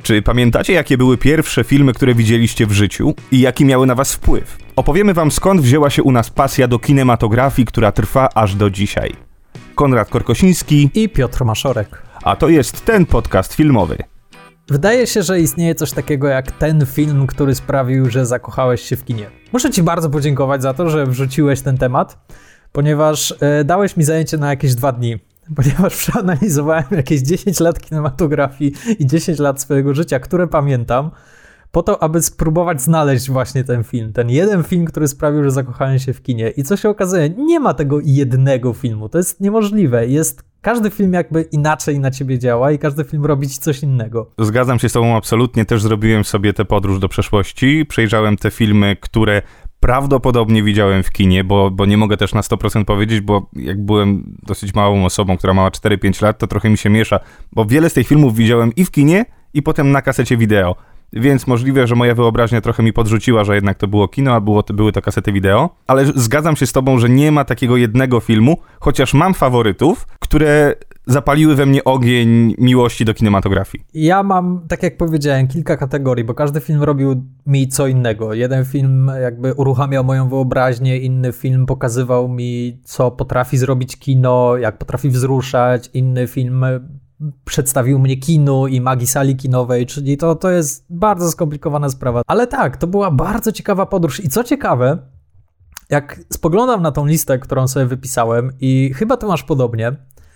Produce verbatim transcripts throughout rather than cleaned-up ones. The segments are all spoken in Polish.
Czy pamiętacie, jakie były pierwsze filmy, które widzieliście w życiu i jaki miały na was wpływ? Opowiemy wam, skąd wzięła się u nas pasja do kinematografii, która trwa aż do dzisiaj. Konrad Korkosiński i Piotr Maszorek. A to jest ten podcast filmowy. Wydaje się, że istnieje coś takiego jak ten film, który sprawił, że zakochałeś się w kinie. Muszę ci bardzo podziękować za to, że wrzuciłeś ten temat, ponieważ e, dałeś mi zajęcie na jakieś dwa dni. Ponieważ przeanalizowałem jakieś dziesięć lat kinematografii i dziesięć lat swojego życia, które pamiętam, po to, aby spróbować znaleźć właśnie ten film. Ten jeden film, który sprawił, że zakochałem się w kinie. I co się okazuje, nie ma tego jednego filmu. To jest niemożliwe. Jest każdy film jakby inaczej na ciebie działa i każdy film robi ci coś innego. Zgadzam się z tobą absolutnie. Też zrobiłem sobie tę podróż do przeszłości. Przejrzałem te filmy, które prawdopodobnie widziałem w kinie, bo, bo nie mogę też na sto procent powiedzieć, bo jak byłem dosyć małą osobą, która miała cztery pięć lat, to trochę mi się miesza, bo wiele z tych filmów widziałem i w kinie, i potem na kasecie wideo. Więc możliwe, że moja wyobraźnia trochę mi podrzuciła, że jednak to było kino, a było, były to kasety wideo. Ale zgadzam się z tobą, że nie ma takiego jednego filmu, chociaż mam faworytów, które zapaliły we mnie ogień miłości do kinematografii. Ja mam, tak jak powiedziałem, kilka kategorii, bo każdy film robił mi co innego. Jeden film jakby uruchamiał moją wyobraźnię, inny film pokazywał mi, co potrafi zrobić kino, jak potrafi wzruszać, inny film przedstawił mnie kinu i magii sali kinowej, czyli to, to jest bardzo skomplikowana sprawa. Ale tak, to była bardzo ciekawa podróż i co ciekawe, jak spoglądam na tą listę, którą sobie wypisałem i chyba ty masz podobnie,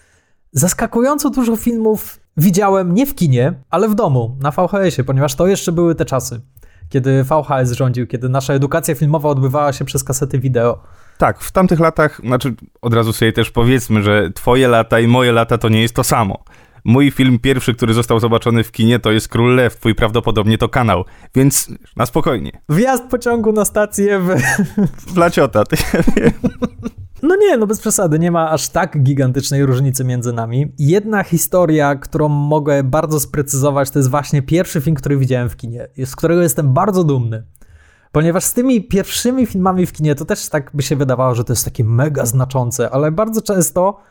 zaskakująco dużo filmów widziałem nie w kinie, ale w domu, na V H S ie, ponieważ to jeszcze były te czasy, kiedy V H S rządził, kiedy nasza edukacja filmowa odbywała się przez kasety wideo. Tak, w tamtych latach, znaczy od razu sobie też powiedzmy, że twoje lata i moje lata to nie jest to samo. Mój film pierwszy, który został zobaczony w kinie, to jest Król Lew, twój prawdopodobnie to Kanał, więc na spokojnie. Wjazd pociągu na stację w... w Laciota, ty wiem. No nie, no bez przesady, nie ma aż tak gigantycznej różnicy między nami. Jedna historia, którą mogę bardzo sprecyzować, to jest właśnie pierwszy film, który widziałem w kinie, z którego jestem bardzo dumny. Ponieważ z tymi pierwszymi filmami w kinie to też tak by się wydawało, że to jest takie mega znaczące, ale bardzo często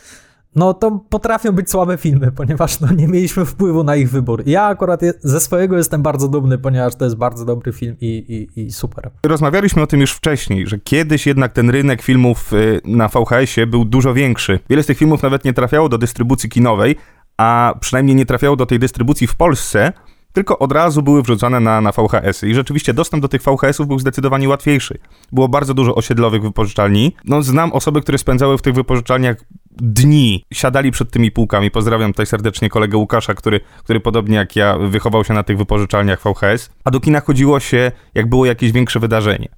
no to potrafią być słabe filmy, ponieważ no nie mieliśmy wpływu na ich wybór. Ja akurat je, ze swojego jestem bardzo dumny, ponieważ to jest bardzo dobry film i, i, i super. Rozmawialiśmy o tym już wcześniej, że kiedyś jednak ten rynek filmów na V H S ie był dużo większy. Wiele z tych filmów nawet nie trafiało do dystrybucji kinowej, a przynajmniej nie trafiało do tej dystrybucji w Polsce, tylko od razu były wrzucane na, na V H S y. I rzeczywiście dostęp do tych V H S ów był zdecydowanie łatwiejszy. Było bardzo dużo osiedlowych wypożyczalni. No, znam osoby, które spędzały w tych wypożyczalniach dni. Siadali przed tymi półkami. Pozdrawiam tutaj serdecznie kolegę Łukasza, który, który podobnie jak ja wychował się na tych wypożyczalniach V H S. A do kina chodziło się, jak było jakieś większe wydarzenie.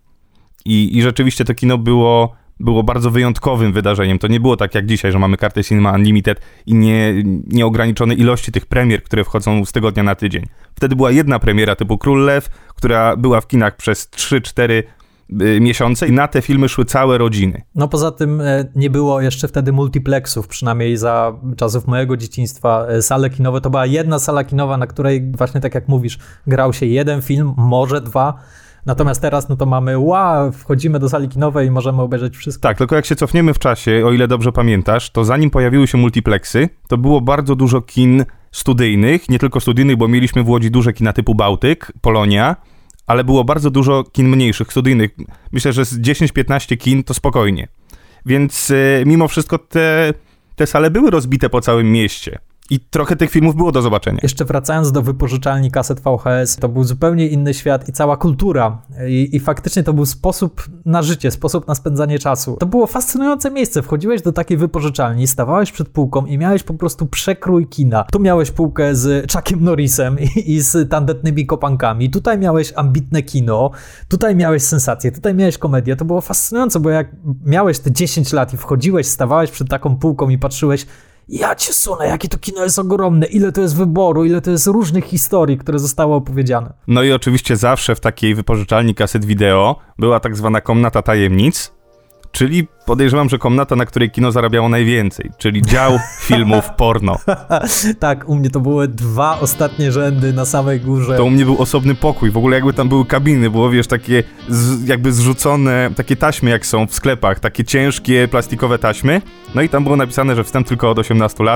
I, i rzeczywiście to kino było... było bardzo wyjątkowym wydarzeniem. To nie było tak jak dzisiaj, że mamy kartę Cinema Unlimited i nie, nieograniczone ilości tych premier, które wchodzą z tygodnia na tydzień. Wtedy była jedna premiera typu Król Lew, która była w kinach przez trzy cztery y, miesiące i na te filmy szły całe rodziny. No poza tym nie było jeszcze wtedy multiplexów, przynajmniej za czasów mojego dzieciństwa. Sale kinowe to była jedna sala kinowa, na której właśnie tak jak mówisz, grał się jeden film, może dwa. Natomiast teraz no to mamy, wow, wchodzimy do sali kinowej i możemy obejrzeć wszystko. Tak, tylko jak się cofniemy w czasie, o ile dobrze pamiętasz, to zanim pojawiły się multiplexy, to było bardzo dużo kin studyjnych, nie tylko studyjnych, bo mieliśmy w Łodzi duże kina typu Bałtyk, Polonia, ale było bardzo dużo kin mniejszych, studyjnych. Myślę, że z dziesięć piętnaście kin to spokojnie. Więc y, mimo wszystko te, te sale były rozbite po całym mieście. I trochę tych filmów było do zobaczenia. Jeszcze wracając do wypożyczalni kaset V H S, to był zupełnie inny świat i cała kultura. I, i faktycznie to był sposób na życie, sposób na spędzanie czasu. To było fascynujące miejsce. Wchodziłeś do takiej wypożyczalni, stawałeś przed półką i miałeś po prostu przekrój kina. Tu miałeś półkę z Chuckiem Norrisem i, i z tandetnymi kopankami. Tutaj miałeś ambitne kino, tutaj miałeś sensację, tutaj miałeś komedię. To było fascynujące, bo jak miałeś te dziesięć lat i wchodziłeś, stawałeś przed taką półką i patrzyłeś, ja cię sunę, jakie to kino jest ogromne, ile to jest wyboru, ile to jest różnych historii, które zostały opowiedziane. No i oczywiście zawsze w takiej wypożyczalni kaset wideo była tak zwana komnata tajemnic, czyli podejrzewam, że komnata, na której kino zarabiało najwięcej, czyli dział filmów porno. Tak, u mnie to były dwa ostatnie rzędy na samej górze. To u mnie był osobny pokój, w ogóle jakby tam były kabiny, było wiesz, takie z, jakby zrzucone, takie taśmy jak są w sklepach, takie ciężkie plastikowe taśmy, no i tam było napisane, że wstęp tylko od osiemnastu lat,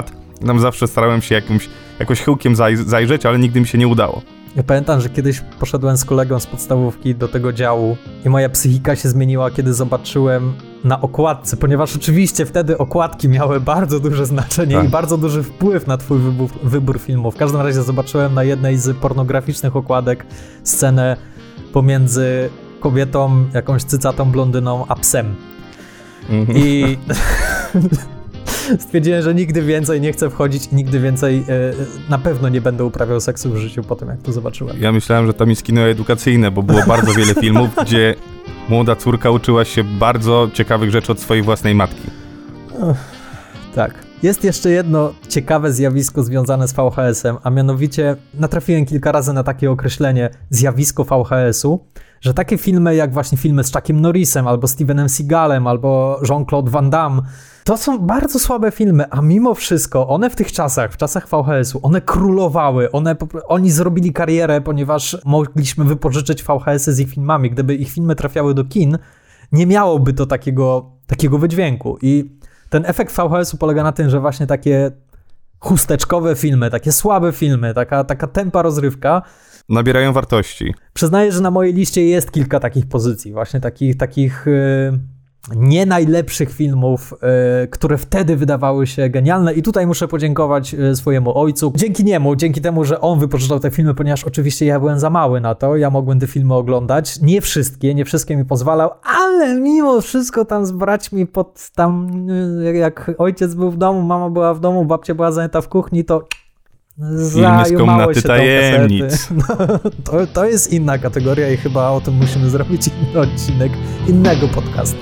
tam zawsze starałem się jakimś, jakoś chyłkiem zaj- zajrzeć, ale nigdy mi się nie udało. Ja pamiętam, że kiedyś poszedłem z kolegą z podstawówki do tego działu i moja psychika się zmieniła, kiedy zobaczyłem na okładce, ponieważ oczywiście wtedy okładki miały bardzo duże znaczenie tak. i bardzo duży wpływ na twój wybór, wybór filmu. W każdym razie zobaczyłem na jednej z pornograficznych okładek scenę pomiędzy kobietą, jakąś cycatą blondyną, a psem. Mhm. I stwierdziłem, że nigdy więcej nie chcę wchodzić i nigdy więcej e, na pewno nie będę uprawiał seksu w życiu po tym, jak to zobaczyłem. Ja myślałem, że tam jest kino edukacyjne, bo było bardzo wiele filmów, gdzie młoda córka uczyła się bardzo ciekawych rzeczy od swojej własnej matki. Uch, tak. Jest jeszcze jedno ciekawe zjawisko związane z V H S-em, a mianowicie natrafiłem kilka razy na takie określenie zjawisko V H S-u, że takie filmy jak właśnie filmy z Chuckiem Norrisem, albo Stevenem Seagalem, albo Jean-Claude Van Damme, to są bardzo słabe filmy, a mimo wszystko one w tych czasach, w czasach V H S-u, one królowały, one, oni zrobili karierę, ponieważ mogliśmy wypożyczyć V H S-y z ich filmami. Gdyby ich filmy trafiały do kin, nie miałoby to takiego, takiego wydźwięku. I ten efekt V H S-u polega na tym, że właśnie takie chusteczkowe filmy, takie słabe filmy, taka, taka tempa rozrywka nabierają wartości. Przyznaję, że na mojej liście jest kilka takich pozycji, właśnie takich, takich yy, nie najlepszych filmów, yy, które wtedy wydawały się genialne i tutaj muszę podziękować yy, swojemu ojcu. Dzięki niemu, dzięki temu, że on wypożyczał te filmy, ponieważ oczywiście ja byłem za mały na to, ja mogłem te filmy oglądać. Nie wszystkie, nie wszystkie mi pozwalał, ale mimo wszystko tam z braćmi pod tam, yy, jak ojciec był w domu, mama była w domu, babcia była zajęta w kuchni, to Film z komnaty tajemnic. No, to, to jest inna kategoria i chyba o tym musimy zrobić inny odcinek innego podcastu.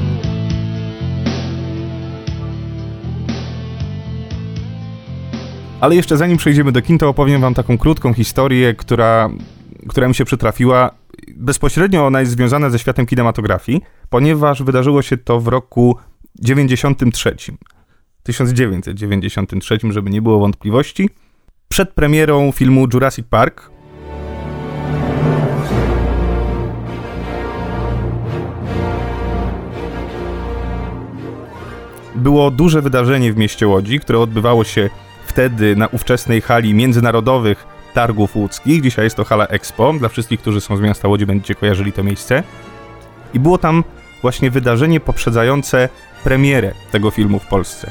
Ale jeszcze zanim przejdziemy do kin, to opowiem wam taką krótką historię, która, która mi się przytrafiła. Bezpośrednio ona jest związana ze światem kinematografii, ponieważ wydarzyło się to w roku dziewięćdziesiątym trzecim. tysiąc dziewięćset dziewięćdziesiątym trzecim, żeby nie było wątpliwości. Przed premierą filmu Jurassic Park było duże wydarzenie w mieście Łodzi, które odbywało się wtedy na ówczesnej hali międzynarodowych targów łódzkich. Dzisiaj jest to hala Expo. Dla wszystkich, którzy są z miasta Łodzi, będziecie kojarzyli to miejsce. I było tam właśnie wydarzenie poprzedzające premierę tego filmu w Polsce.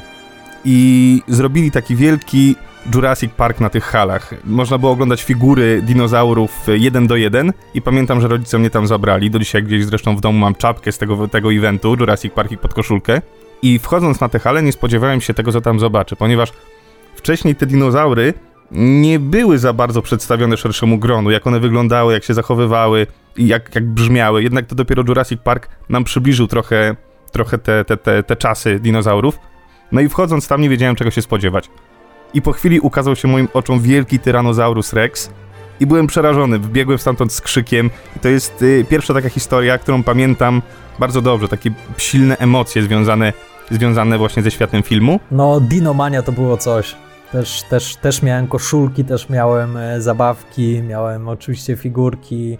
I zrobili taki wielki Jurassic Park na tych halach. Można było oglądać figury dinozaurów jeden do jeden i pamiętam, że rodzice mnie tam zabrali. Do dzisiaj gdzieś zresztą w domu mam czapkę z tego, tego eventu, Jurassic Park i pod koszulkę. I wchodząc na te hale nie spodziewałem się tego, co tam zobaczę, ponieważ wcześniej te dinozaury nie były za bardzo przedstawione szerszemu gronu, jak one wyglądały, jak się zachowywały i jak, jak brzmiały. Jednak to dopiero Jurassic Park nam przybliżył trochę, trochę te, te, te, te czasy dinozaurów. No i wchodząc tam nie wiedziałem, czego się spodziewać. I po chwili ukazał się moim oczom wielki Tyrannosaurus Rex i byłem przerażony, wbiegłem stamtąd z krzykiem i to jest y, pierwsza taka historia, którą pamiętam bardzo dobrze, takie silne emocje związane, związane właśnie ze światem filmu. No, Dinomania to było coś. Też, też, też miałem koszulki, też miałem e, zabawki, miałem oczywiście figurki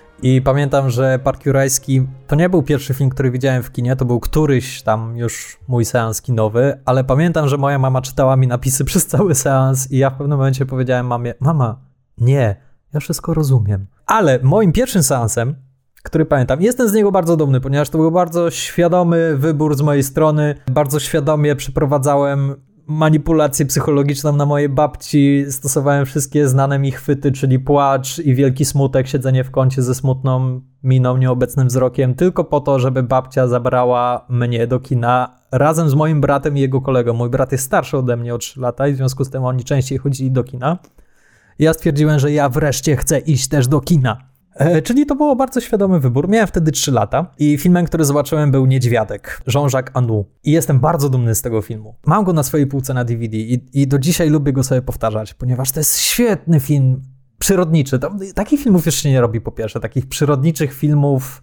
i pamiętam, że Park Jurajski to nie był pierwszy film, który widziałem w kinie, to był któryś tam już mój seans kinowy, ale pamiętam, że moja mama czytała mi napisy przez cały seans i ja w pewnym momencie powiedziałem mamie, mama, nie, ja wszystko rozumiem. Ale moim pierwszym seansem, który pamiętam, jestem z niego bardzo dumny, ponieważ to był bardzo świadomy wybór z mojej strony, bardzo świadomie przeprowadzałem manipulację psychologiczną na mojej babci, stosowałem wszystkie znane mi chwyty, czyli płacz i wielki smutek, siedzenie w kącie ze smutną miną, nieobecnym wzrokiem, tylko po to, żeby babcia zabrała mnie do kina razem z moim bratem i jego kolegą. Mój brat jest starszy ode mnie o trzy lata i w związku z tym oni częściej chodzili do kina. Ja stwierdziłem, że ja wreszcie chcę iść też do kina. E, czyli to było bardzo świadomy wybór. Miałem wtedy trzy lata i filmem, który zobaczyłem, był Niedźwiadek, Jean-Jacques Annou. I jestem bardzo dumny z tego filmu. Mam go na swojej półce na D V D i, i do dzisiaj lubię go sobie powtarzać, ponieważ to jest świetny film przyrodniczy. To, takich filmów już się nie robi, po pierwsze. Takich przyrodniczych filmów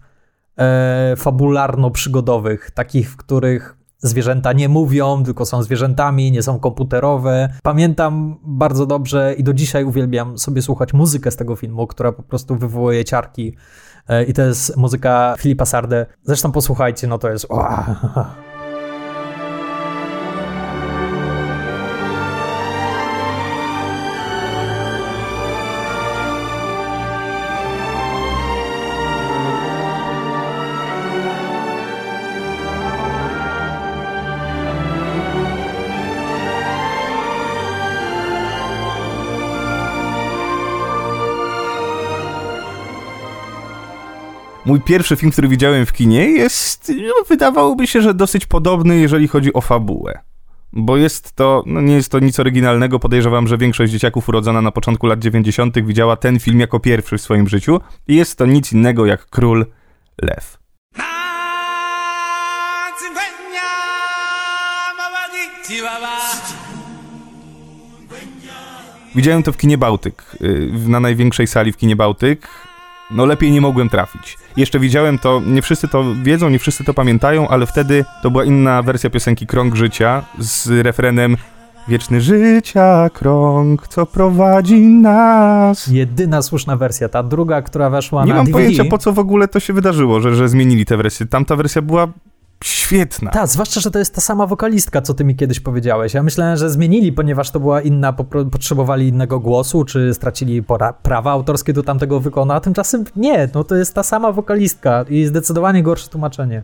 e, fabularno-przygodowych. Takich, w których zwierzęta nie mówią, tylko są zwierzętami, nie są komputerowe. Pamiętam bardzo dobrze i do dzisiaj uwielbiam sobie słuchać muzykę z tego filmu, która po prostu wywołuje ciarki. I to jest muzyka Philippa Sarde. Zresztą posłuchajcie, no to jest... mój pierwszy film, który widziałem w kinie, jest, no, wydawałoby się, że dosyć podobny, jeżeli chodzi o fabułę. Bo jest to, no nie jest to nic oryginalnego, podejrzewam, że większość dzieciaków urodzona na początku lat dziewięćdziesiątych widziała ten film jako pierwszy w swoim życiu i jest to nic innego jak Król Lew. Widziałem to w kinie Bałtyk, na największej sali w kinie Bałtyk. No lepiej nie mogłem trafić. Jeszcze widziałem to, nie wszyscy to wiedzą, nie wszyscy to pamiętają, ale wtedy to była inna wersja piosenki Krąg Życia z refrenem Wieczny życia krąg, co prowadzi nas. Jedyna słuszna wersja, ta druga, która weszła nie na mam D V D. pojęcia, po co w ogóle to się wydarzyło, że, że zmienili tę wersję. Tamta wersja była świetna. Tak, zwłaszcza, że to jest ta sama wokalistka, co ty mi kiedyś powiedziałeś. Ja myślałem, że zmienili, ponieważ to była inna, popro- potrzebowali innego głosu, czy stracili pora- prawa autorskie do tamtego wykona, a tymczasem nie, no to jest ta sama wokalistka i zdecydowanie gorsze tłumaczenie.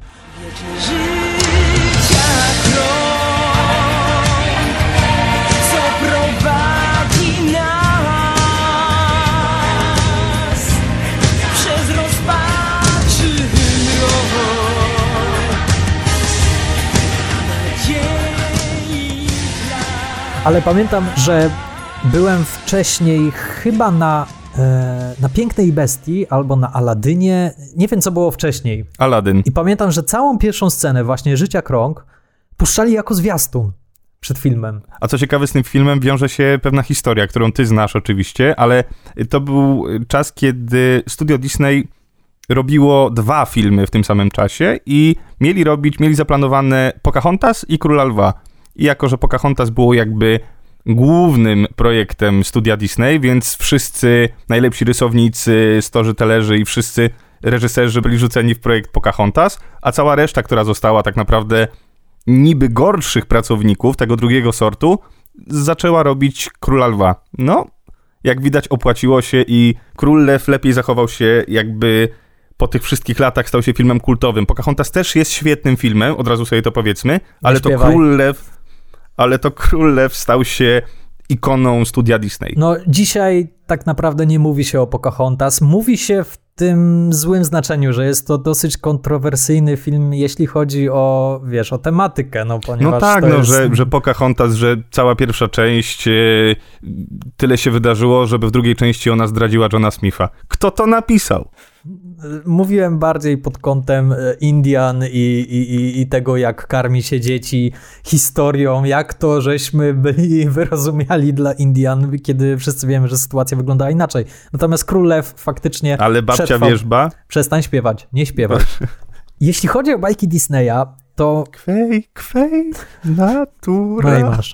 Ale pamiętam, że byłem wcześniej chyba na, e, na Pięknej Bestii albo na Aladynie, nie wiem co było wcześniej. Aladyn. I pamiętam, że całą pierwszą scenę właśnie Życia Krąg puszczali jako zwiastun przed filmem. A co ciekawe, z tym filmem wiąże się pewna historia, którą ty znasz oczywiście, ale to był czas, kiedy studio Disney robiło dwa filmy w tym samym czasie i mieli robić, mieli zaplanowane Pocahontas i Króla Lwa. I jako, że Pocahontas było jakby głównym projektem studia Disney, więc wszyscy najlepsi rysownicy, storytellerzy i wszyscy reżyserzy byli rzuceni w projekt Pocahontas, a cała reszta, która została tak naprawdę niby gorszych pracowników tego drugiego sortu, zaczęła robić Króla Lwa. No, jak widać opłaciło się i Król Lew lepiej zachował się, jakby po tych wszystkich latach stał się filmem kultowym. Pocahontas też jest świetnym filmem, od razu sobie to powiedzmy, ale to Król Lew ale to Król Lew stał się ikoną studia Disney. No dzisiaj tak naprawdę nie mówi się o Pocahontas. Mówi się w tym złym znaczeniu, że jest to dosyć kontrowersyjny film, jeśli chodzi o, wiesz, o tematykę, no ponieważ No tak, to no, jest... że, że Pocahontas, że cała pierwsza część, e, tyle się wydarzyło, żeby w drugiej części ona zdradziła Johna Smitha. Kto to napisał? Mówiłem bardziej pod kątem Indian i, i, i tego, jak karmi się dzieci historią, jak to, żeśmy byli wyrozumiali dla Indian, kiedy wszyscy wiemy, że sytuacja wygląda inaczej. Natomiast Król Lew faktycznie Ale babcia przetrwał... wierzba? Przestań śpiewać, nie śpiewaj. Jeśli chodzi o bajki Disneya, to... Kwej, kwej, natura. No i masz.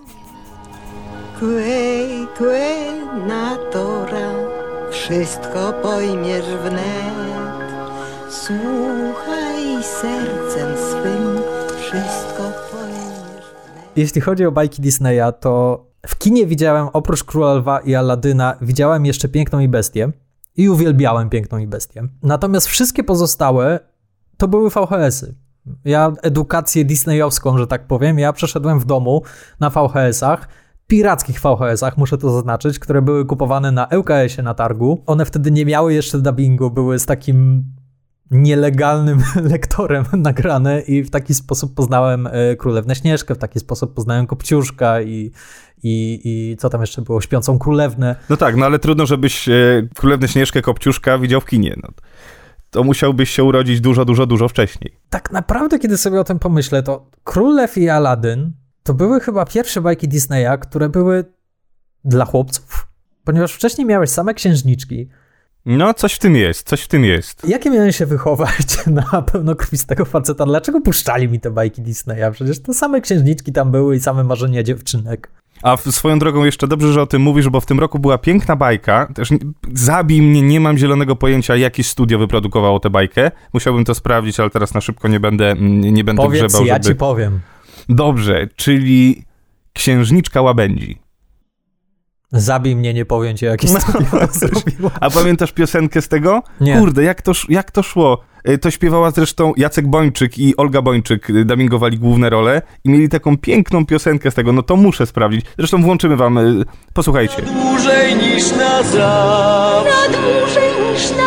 Kwej, kwej, natura. Wszystko pojmiesz wnet, słuchaj sercem swym, wszystko pojmiesz wnet. Jeśli chodzi o bajki Disneya, to w kinie widziałem, oprócz Króla Lwa i Aladyna, widziałem jeszcze Piękną i Bestię i uwielbiałem Piękną i Bestię. Natomiast wszystkie pozostałe to były V H S-y. Ja edukację disneyowską, że tak powiem, ja przeszedłem w domu na V H S-ach, pirackich V H S-ach, muszę to zaznaczyć, które były kupowane na L K S-ie na targu. One wtedy nie miały jeszcze dubbingu, były z takim nielegalnym lektorem nagrane i w taki sposób poznałem Królewnę Śnieżkę, w taki sposób poznałem Kopciuszka i, i, i co tam jeszcze było, Śpiącą Królewnę. No tak, no ale trudno, żebyś e, Królewnę Śnieżkę, Kopciuszka widział w kinie. No. To musiałbyś się urodzić dużo, dużo, dużo wcześniej. Tak naprawdę, kiedy sobie o tym pomyślę, to Król Lew i Aladyn to były chyba pierwsze bajki Disneya, które były dla chłopców. Ponieważ wcześniej miałeś same księżniczki. No, coś w tym jest, coś w tym jest. Jakie miałem się wychować na pełnokrwistego faceta? Dlaczego puszczali mi te bajki Disneya? Przecież te same księżniczki tam były i same marzenia dziewczynek. A swoją drogą jeszcze dobrze, że o tym mówisz, bo w tym roku była piękna bajka. Też zabij mnie, nie mam zielonego pojęcia, jakie studio wyprodukowało tę bajkę. Musiałbym to sprawdzić, ale teraz na szybko nie będę, nie będę Powiedz, grzebał, ja żeby... ci powiem. Dobrze, czyli Księżniczka Łabędzi. Zabij mnie, nie powiem ci, jakie studio to zrobiło. A pamiętasz piosenkę z tego? Nie. Kurde, jak to, jak to szło? To śpiewała zresztą Jacek Bończyk i Olga Bończyk, dubbingowali główne role i mieli taką piękną piosenkę z tego, no to muszę sprawdzić. Zresztą włączymy wam, posłuchajcie. Na dłużej niż na zawsze. Na dłużej niż na zawsze.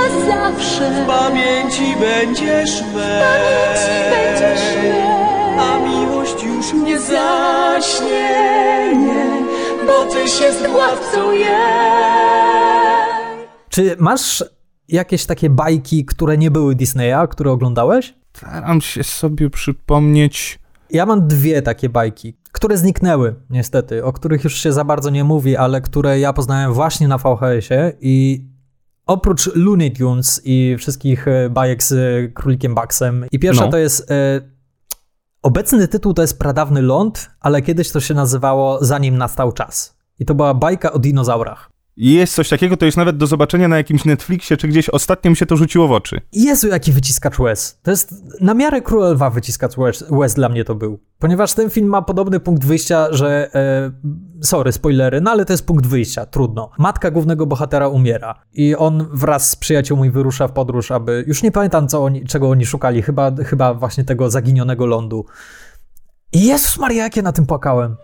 zawsze. W pamięci będziesz me, W pamięci będziesz me. A miłość już nie zaśnie, nie, bo Tyś jest władcą jej. Czy masz jakieś takie bajki, które nie były Disneya, które oglądałeś? Staram się sobie przypomnieć... Ja mam dwie takie bajki, które zniknęły niestety, o których już się za bardzo nie mówi, ale które ja poznałem właśnie na V H S-ie i oprócz Looney Tunes i wszystkich bajek z Królikiem Bugsem i pierwsza no. to jest... E, obecny tytuł to jest Pradawny Ląd, ale kiedyś to się nazywało Zanim nastał czas. I to była bajka o dinozaurach. Jest coś takiego, to jest nawet do zobaczenia na jakimś Netflixie, czy gdzieś ostatnio mi się to rzuciło w oczy. Jezu, jaki wyciskacz łez. To jest na miarę Króla Lwa wyciskacz łez, łez dla mnie to był. Ponieważ ten film ma podobny punkt wyjścia, że... E, sorry, spoilery, no ale to jest punkt wyjścia, trudno. Matka głównego bohatera umiera i on wraz z przyjaciółmi wyrusza w podróż, aby... Już nie pamiętam, co oni, czego oni szukali, chyba, chyba właśnie tego zaginionego lądu. I Jezus Maria, jak ja na tym płakałem.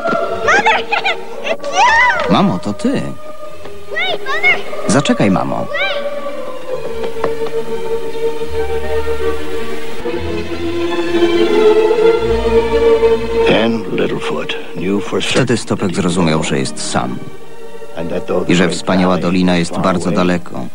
Mamo, to ty. Zaczekaj, mamo. Wtedy Stopek zrozumiał, że jest sam i że wspaniała dolina jest bardzo daleko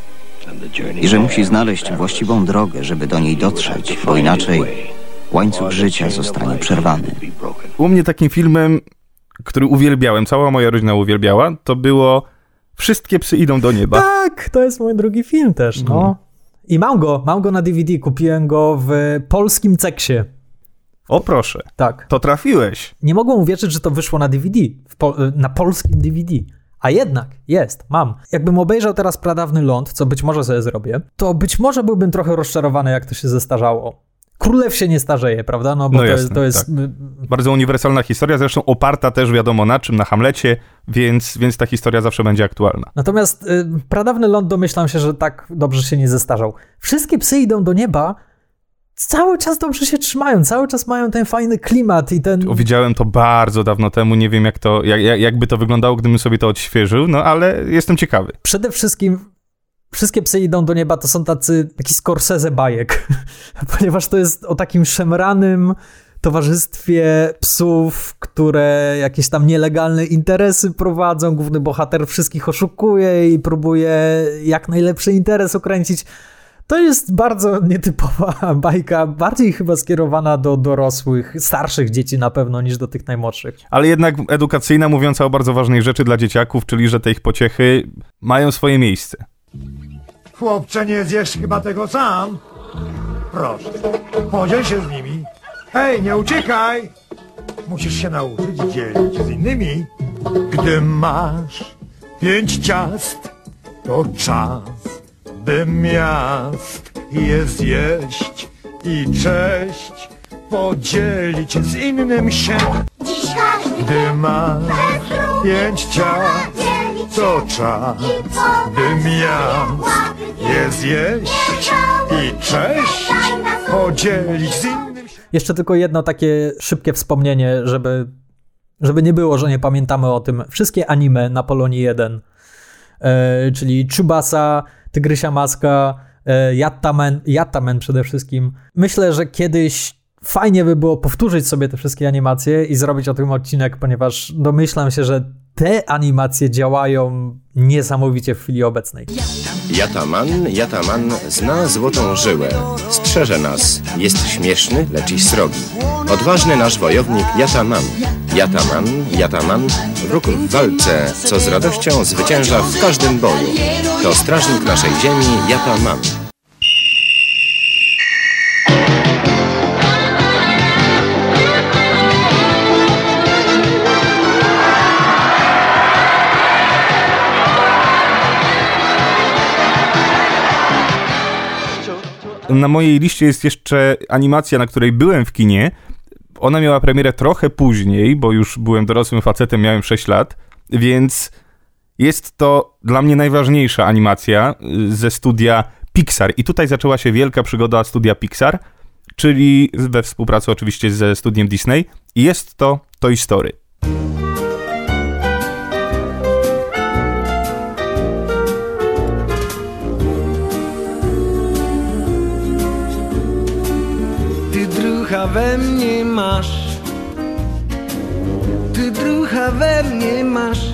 i że musi znaleźć właściwą drogę, żeby do niej dotrzeć, bo inaczej łańcuch życia zostanie przerwany. U mnie takim filmem, który uwielbiałem, cała moja rodzina uwielbiała, to było Wszystkie psy idą do nieba. Tak, to jest mój drugi film też, no. Mhm. I mam go, mam go na D V D, kupiłem go w polskim Ceksie. O proszę, tak. To trafiłeś. Nie mogłem uwierzyć, że to wyszło na D V D, w po, na polskim D V D. A jednak jest, mam. Jakbym obejrzał teraz Pradawny Ląd, co być może sobie zrobię, to być może byłbym trochę rozczarowany, jak to się zestarzało. Królew się nie starzeje, prawda? No bo no to, jasne, jest, to jest... Tak. Bardzo uniwersalna historia, zresztą oparta też wiadomo na czym, na Hamlecie, więc, więc ta historia zawsze będzie aktualna. Natomiast y, Pradawny Ląd domyślam się, że tak dobrze się nie zestarzał. Wszystkie psy idą do nieba, cały czas dobrze się trzymają, cały czas mają ten fajny klimat i ten... O, widziałem to bardzo dawno temu, nie wiem jak to, jak, jakby to wyglądało, gdybym sobie to odświeżył, no ale jestem ciekawy. Przede wszystkim Wszystkie psy idą do nieba to są tacy, taki Scorsese bajek, ponieważ to jest o takim szemranym towarzystwie psów, które jakieś tam nielegalne interesy prowadzą, główny bohater wszystkich oszukuje i próbuje jak najlepszy interes ukręcić. To jest bardzo nietypowa bajka, bardziej chyba skierowana do dorosłych, starszych dzieci na pewno, niż do tych najmłodszych. Ale jednak edukacyjna, mówiąca o bardzo ważnej rzeczy dla dzieciaków, czyli że te ich pociechy mają swoje miejsce. Chłopcze, nie zjesz chyba tego sam? Proszę, podziel się z nimi. Hej, nie uciekaj! Musisz się nauczyć dzielić z innymi. Gdy masz pięć ciast, to czas, by miast je zjeść i cześć podzielić z innym się. Gdy masz pięć ciast, to czas, by miast je zjeść i cześć podzielić z innym. Jeszcze tylko jedno takie szybkie wspomnienie, żeby, żeby nie było, że nie pamiętamy o tym. Wszystkie anime na Polonii jeden, e, czyli Tsubasa, Tygrysia Maska, e, Yattaman, Yattaman przede wszystkim. Myślę, że kiedyś fajnie by było powtórzyć sobie te wszystkie animacje i zrobić o tym odcinek, ponieważ domyślam się, że te animacje działają niesamowicie w chwili obecnej. Yattaman, Yattaman zna złotą żyłę. Strzeże nas. Jest śmieszny, lecz i srogi. Odważny nasz wojownik Yattaman. Yattaman, Yattaman, wróg w walce, co z radością zwycięża w każdym boju. To strażnik naszej ziemi Yattaman. Na mojej liście jest jeszcze animacja, na której byłem w kinie. Ona miała premierę trochę później, bo już byłem dorosłym facetem, miałem sześć lat, więc jest to dla mnie najważniejsza animacja ze studia Pixar. I tutaj zaczęła się wielka przygoda studia Pixar, czyli we współpracy oczywiście ze studiem Disney. I jest to Toy Story. drucha we mnie masz. Ty drucha we mnie masz.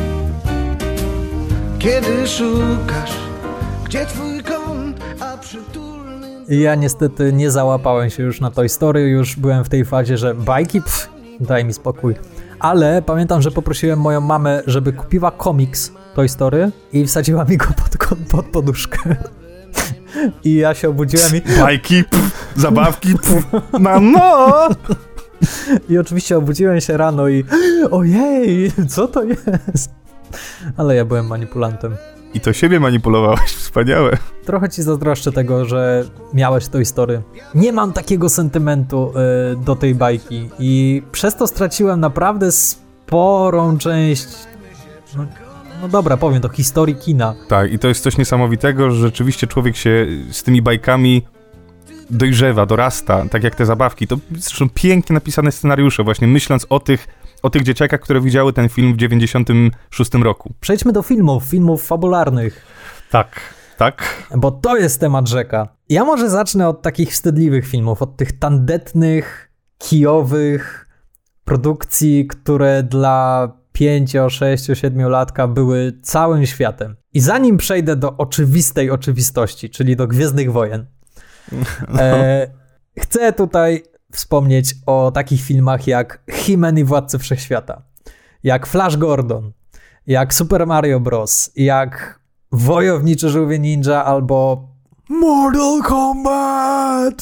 Kiedy szukasz, gdzie twój kąt, a przytulny... Ja niestety nie załapałem się już na Toy Story, już byłem w tej fazie, że bajki, pff, daj mi spokój. Ale pamiętam, że poprosiłem moją mamę, żeby kupiła komiks Toy Story i wsadziła mi go pod, pod poduszkę. I ja się obudziłem i... Bajki, pff, zabawki, pff, mamo! I oczywiście obudziłem się rano i ojej, co to jest? Ale ja byłem manipulantem. I to siebie manipulowałeś, wspaniałe. Trochę ci zazdroszczę tego, że miałeś Toy Story. Nie mam takiego sentymentu y, do tej bajki i przez to straciłem naprawdę sporą część... No, no dobra, powiem to, historii kina. Tak, i to jest coś niesamowitego, że rzeczywiście człowiek się z tymi bajkami dojrzewa, dorasta, tak jak te zabawki. To zresztą pięknie napisane scenariusze, właśnie myśląc o tych, o tych dzieciakach, które widziały ten film w dziewięćdziesiątym szóstym roku. Przejdźmy do filmów, filmów fabularnych. Tak, tak. Bo to jest temat rzeka. Ja może zacznę od takich wstydliwych filmów, od tych tandetnych, kijowych produkcji, które dla pięcio, sześcio, siedmiolatka były całym światem. I zanim przejdę do oczywistej oczywistości, czyli do Gwiezdnych Wojen, no. e, chcę tutaj wspomnieć o takich filmach jak He-Man i Władcy Wszechświata, jak Flash Gordon, jak Super Mario Bros., jak Wojowniczy Żółwie Ninja albo Mortal Kombat!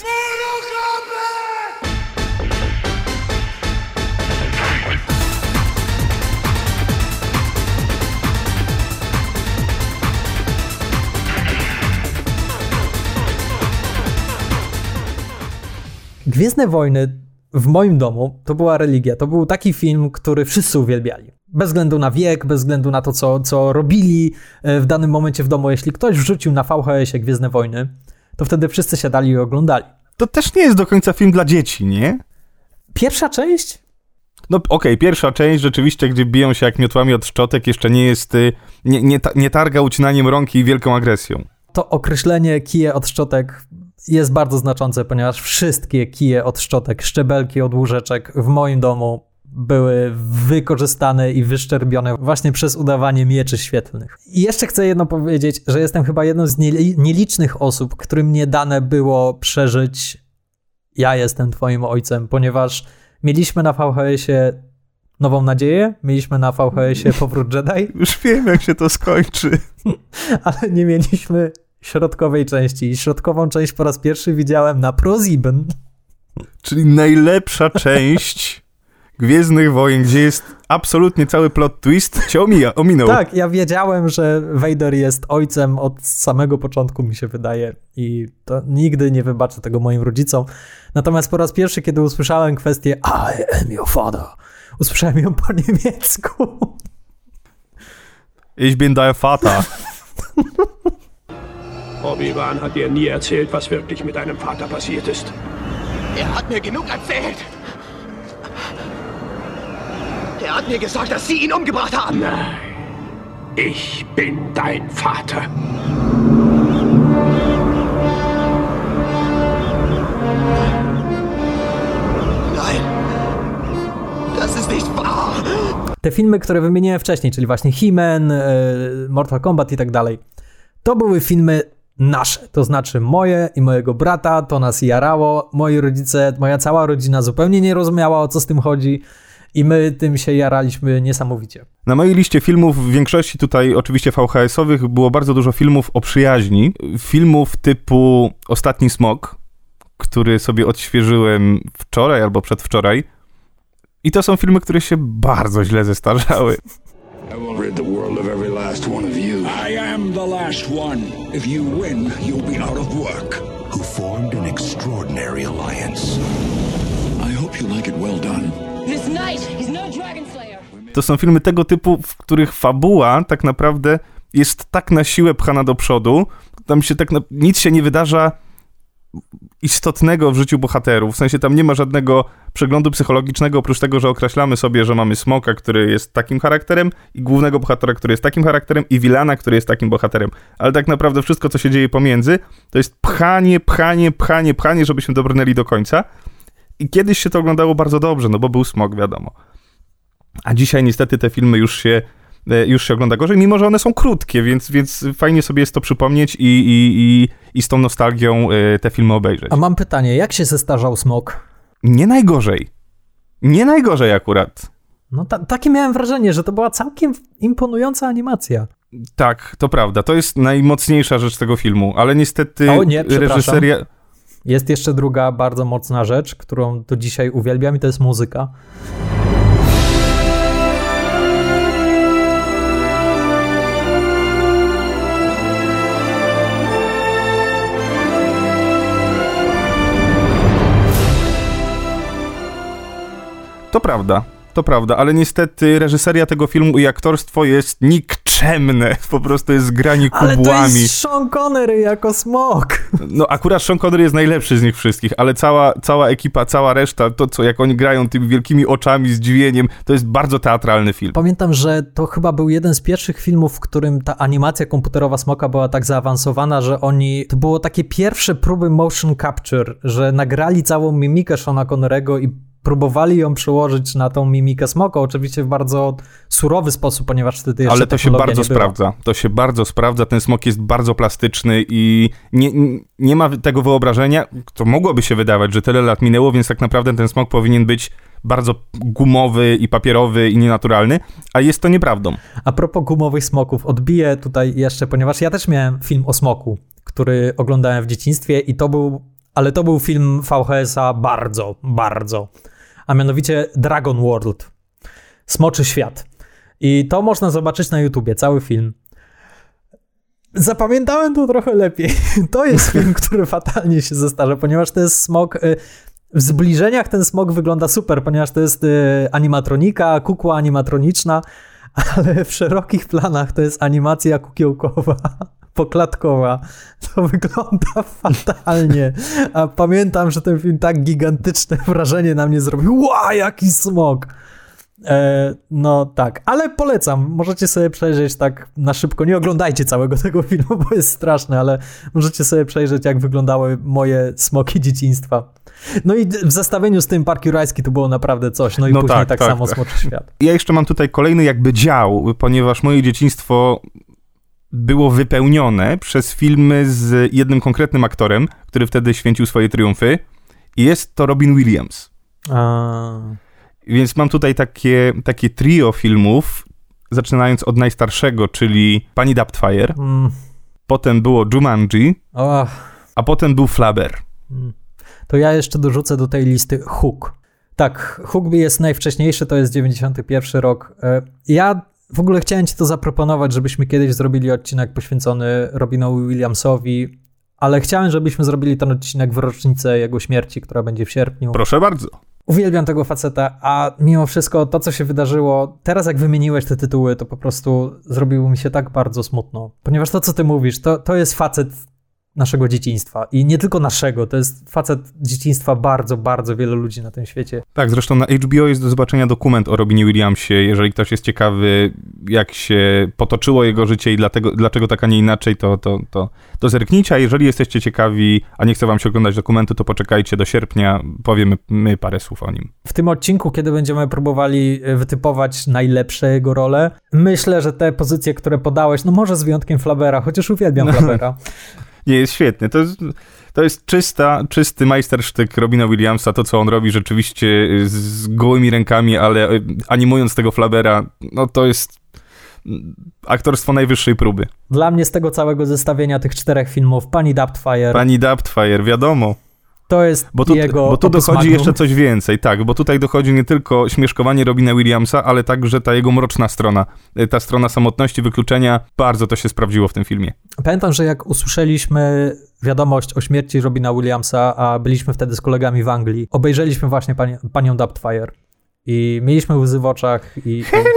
Gwiezdne Wojny w moim domu to była religia. To był taki film, który wszyscy uwielbiali. Bez względu na wiek, bez względu na to, co, co robili w danym momencie w domu. Jeśli ktoś wrzucił na V H S-ie Gwiezdne Wojny, to wtedy wszyscy siadali i oglądali. To też nie jest do końca film dla dzieci, nie? Pierwsza część? No okej, okay, pierwsza część rzeczywiście, gdzie biją się jak miotłami od szczotek, jeszcze nie jest, nie, nie, nie targa ucinaniem rąki i wielką agresją. To określenie kije od szczotek jest bardzo znaczące, ponieważ wszystkie kije od szczotek, szczebelki od łóżeczek w moim domu były wykorzystane i wyszczerbione właśnie przez udawanie mieczy świetlnych. I jeszcze chcę jedno powiedzieć, że jestem chyba jedną z nielicznych osób, którym nie dane było przeżyć Ja jestem twoim ojcem, ponieważ mieliśmy na V H S-ie Nową Nadzieję, mieliśmy na V H S-ie Powrót Jedi. Już wiem, jak się to skończy. Ale nie mieliśmy środkowej części. I środkową część po raz pierwszy widziałem na ProSieben. Czyli najlepsza część Gwiezdnych Wojen, gdzie jest absolutnie cały plot twist, cię omija, ominął. Tak, ja wiedziałem, że Vader jest ojcem od samego początku, mi się wydaje. I to nigdy nie wybaczę tego moim rodzicom. Natomiast po raz pierwszy, kiedy usłyszałem kwestię I am your father, usłyszałem ją po niemiecku. Ich bin dein Vater. Obi-Wan hat dir nie erzählt, was wirklich mit deinem Vater passiert ist. Er hat mir genug erzählt. Er hat mir gesagt, dass Sie ihn umgebracht haben. Nein, ich bin dein Vater. Nein, das ist nicht wahr. Te filmy, które wymieniłem wcześniej, czyli właśnie He-Man, Mortal Kombat i tak dalej, to były filmy nasze, to znaczy moje i mojego brata, to nas jarało, moi rodzice, moja cała rodzina zupełnie nie rozumiała, o co z tym chodzi i my tym się jaraliśmy niesamowicie. Na mojej liście filmów, w większości tutaj oczywiście V H S-owych, było bardzo dużo filmów o przyjaźni, filmów typu Ostatni Smok, który sobie odświeżyłem wczoraj albo przedwczoraj i to są filmy, które się bardzo źle zestarzały. I will rid the world of every last one of you. I am the last one. If you win, you'll be out of work. Who formed an extraordinary alliance. I hope you like it well done. This knight is no dragon slayer. To są filmy tego typu, w których fabuła tak naprawdę jest tak na siłę pchana do przodu, tam się tak na... nic się nie wydarza istotnego w życiu bohaterów, w sensie tam nie ma żadnego przeglądu psychologicznego, oprócz tego, że określamy sobie, że mamy Smoka, który jest takim charakterem i głównego bohatera, który jest takim charakterem i Wilana, który jest takim bohaterem. Ale tak naprawdę wszystko, co się dzieje pomiędzy, to jest pchanie, pchanie, pchanie, pchanie, żebyśmy dobrnęli do końca. I kiedyś się to oglądało bardzo dobrze, no bo był smog, wiadomo. A dzisiaj niestety te filmy już się, już się ogląda gorzej, mimo że one są krótkie, więc, więc fajnie sobie jest to przypomnieć i, i, i, i z tą nostalgią te filmy obejrzeć. A mam pytanie, jak się zestarzał smog? Nie najgorzej. Nie najgorzej akurat. No ta, takie miałem wrażenie, że to była całkiem imponująca animacja. Tak, to prawda. To jest najmocniejsza rzecz tego filmu, ale niestety o, nie, reżyseria... Jest jeszcze druga bardzo mocna rzecz, którą do dzisiaj uwielbiam i to jest muzyka. To prawda, to prawda, ale niestety reżyseria tego filmu i aktorstwo jest nikczemne, po prostu jest granie kubłami. Ale to jest Sean Connery jako smog. No akurat Sean Connery jest najlepszy z nich wszystkich, ale cała, cała ekipa, cała reszta, to co jak oni grają tymi wielkimi oczami, zdziwieniem, to jest bardzo teatralny film. Pamiętam, że to chyba był jeden z pierwszych filmów, w którym ta animacja komputerowa smoka była tak zaawansowana, że oni, to było takie pierwsze próby motion capture, że nagrali całą mimikę Seana Connerego i próbowali ją przełożyć na tą mimikę smoka, oczywiście w bardzo surowy sposób, ponieważ wtedy jeszcze ale to się bardzo nie sprawdza. To się bardzo sprawdza. Ten smok jest bardzo plastyczny i nie, nie ma tego wyobrażenia, to mogłoby się wydawać, że tyle lat minęło, więc tak naprawdę ten smok powinien być bardzo gumowy i papierowy i nienaturalny, a jest to nieprawdą. A propos gumowych smoków, odbiję tutaj jeszcze, ponieważ ja też miałem film o smoku, który oglądałem w dzieciństwie i to był, ale to był film V H S a bardzo, bardzo, a mianowicie Dragon World, Smoczy Świat. I to można zobaczyć na YouTubie, cały film. Zapamiętałem to trochę lepiej. To jest film, który fatalnie się zestarza, ponieważ to jest smok... W zbliżeniach ten smok wygląda super, ponieważ to jest animatronika, kukła animatroniczna, ale w szerokich planach to jest animacja kukiełkowa, poklatkowa. To wygląda fatalnie. A pamiętam, że ten film tak gigantyczne wrażenie na mnie zrobił. Ła, jaki smok! E, no tak, ale polecam. Możecie sobie przejrzeć tak na szybko. Nie oglądajcie całego tego filmu, bo jest straszny, ale możecie sobie przejrzeć, jak wyglądały moje smoki dzieciństwa. No i w zestawieniu z tym Park Jurajski to było naprawdę coś. No i no później tak, tak, tak samo tak. Smoczy Świat. Ja jeszcze mam tutaj kolejny jakby dział, ponieważ moje dzieciństwo było wypełnione przez filmy z jednym konkretnym aktorem, który wtedy święcił swoje triumfy. I jest to Robin Williams. A... Więc mam tutaj takie, takie trio filmów, zaczynając od najstarszego, czyli Pani Doubtfire. Mm. Potem było Jumanji, oh. a potem był Flubber. Mm. To ja jeszcze dorzucę do tej listy Hook. Tak, Hook jest najwcześniejszy, to jest dziewięćdziesiąty pierwszy rok. Ja w ogóle chciałem ci to zaproponować, żebyśmy kiedyś zrobili odcinek poświęcony Robinowi Williamsowi, ale chciałem, żebyśmy zrobili ten odcinek w rocznicę jego śmierci, która będzie w sierpniu. Proszę bardzo. Uwielbiam tego faceta, a mimo wszystko to, co się wydarzyło, teraz jak wymieniłeś te tytuły, to po prostu zrobiło mi się tak bardzo smutno. Ponieważ to, co ty mówisz, to, to jest facet naszego dzieciństwa. I nie tylko naszego, to jest facet dzieciństwa bardzo, bardzo wielu ludzi na tym świecie. Tak, zresztą na H B O jest do zobaczenia dokument o Robinie Williamsie. Jeżeli ktoś jest ciekawy, jak się potoczyło jego życie i dlatego, dlaczego tak, a nie inaczej, to, to, to, to zerknijcie. A jeżeli jesteście ciekawi, a nie chce wam się oglądać dokumentu, to poczekajcie do sierpnia, powiemy my parę słów o nim. W tym odcinku, kiedy będziemy próbowali wytypować najlepsze jego role, myślę, że te pozycje, które podałeś, no może z wyjątkiem Flubbera, chociaż uwielbiam Flubbera. Nie, jest świetny. To jest, to jest czysta, czysty majstersztyk Robina Williamsa. To, co on robi rzeczywiście z gołymi rękami, ale animując tego Flubbera, no to jest aktorstwo najwyższej próby. Dla mnie z tego całego zestawienia tych czterech filmów Pani Doubtfire. Pani Doubtfire, wiadomo. To jest bo tu, jego Bo tu dochodzi magnum. Jeszcze coś więcej, tak, bo tutaj dochodzi nie tylko śmieszkowanie Robina Williamsa, ale także ta jego mroczna strona, ta strona samotności, wykluczenia, bardzo to się sprawdziło w tym filmie. Pamiętam, że jak usłyszeliśmy wiadomość o śmierci Robina Williamsa, a byliśmy wtedy z kolegami w Anglii, obejrzeliśmy właśnie pani, Panią Doubtfire i mieliśmy łzy w oczach i... Hello!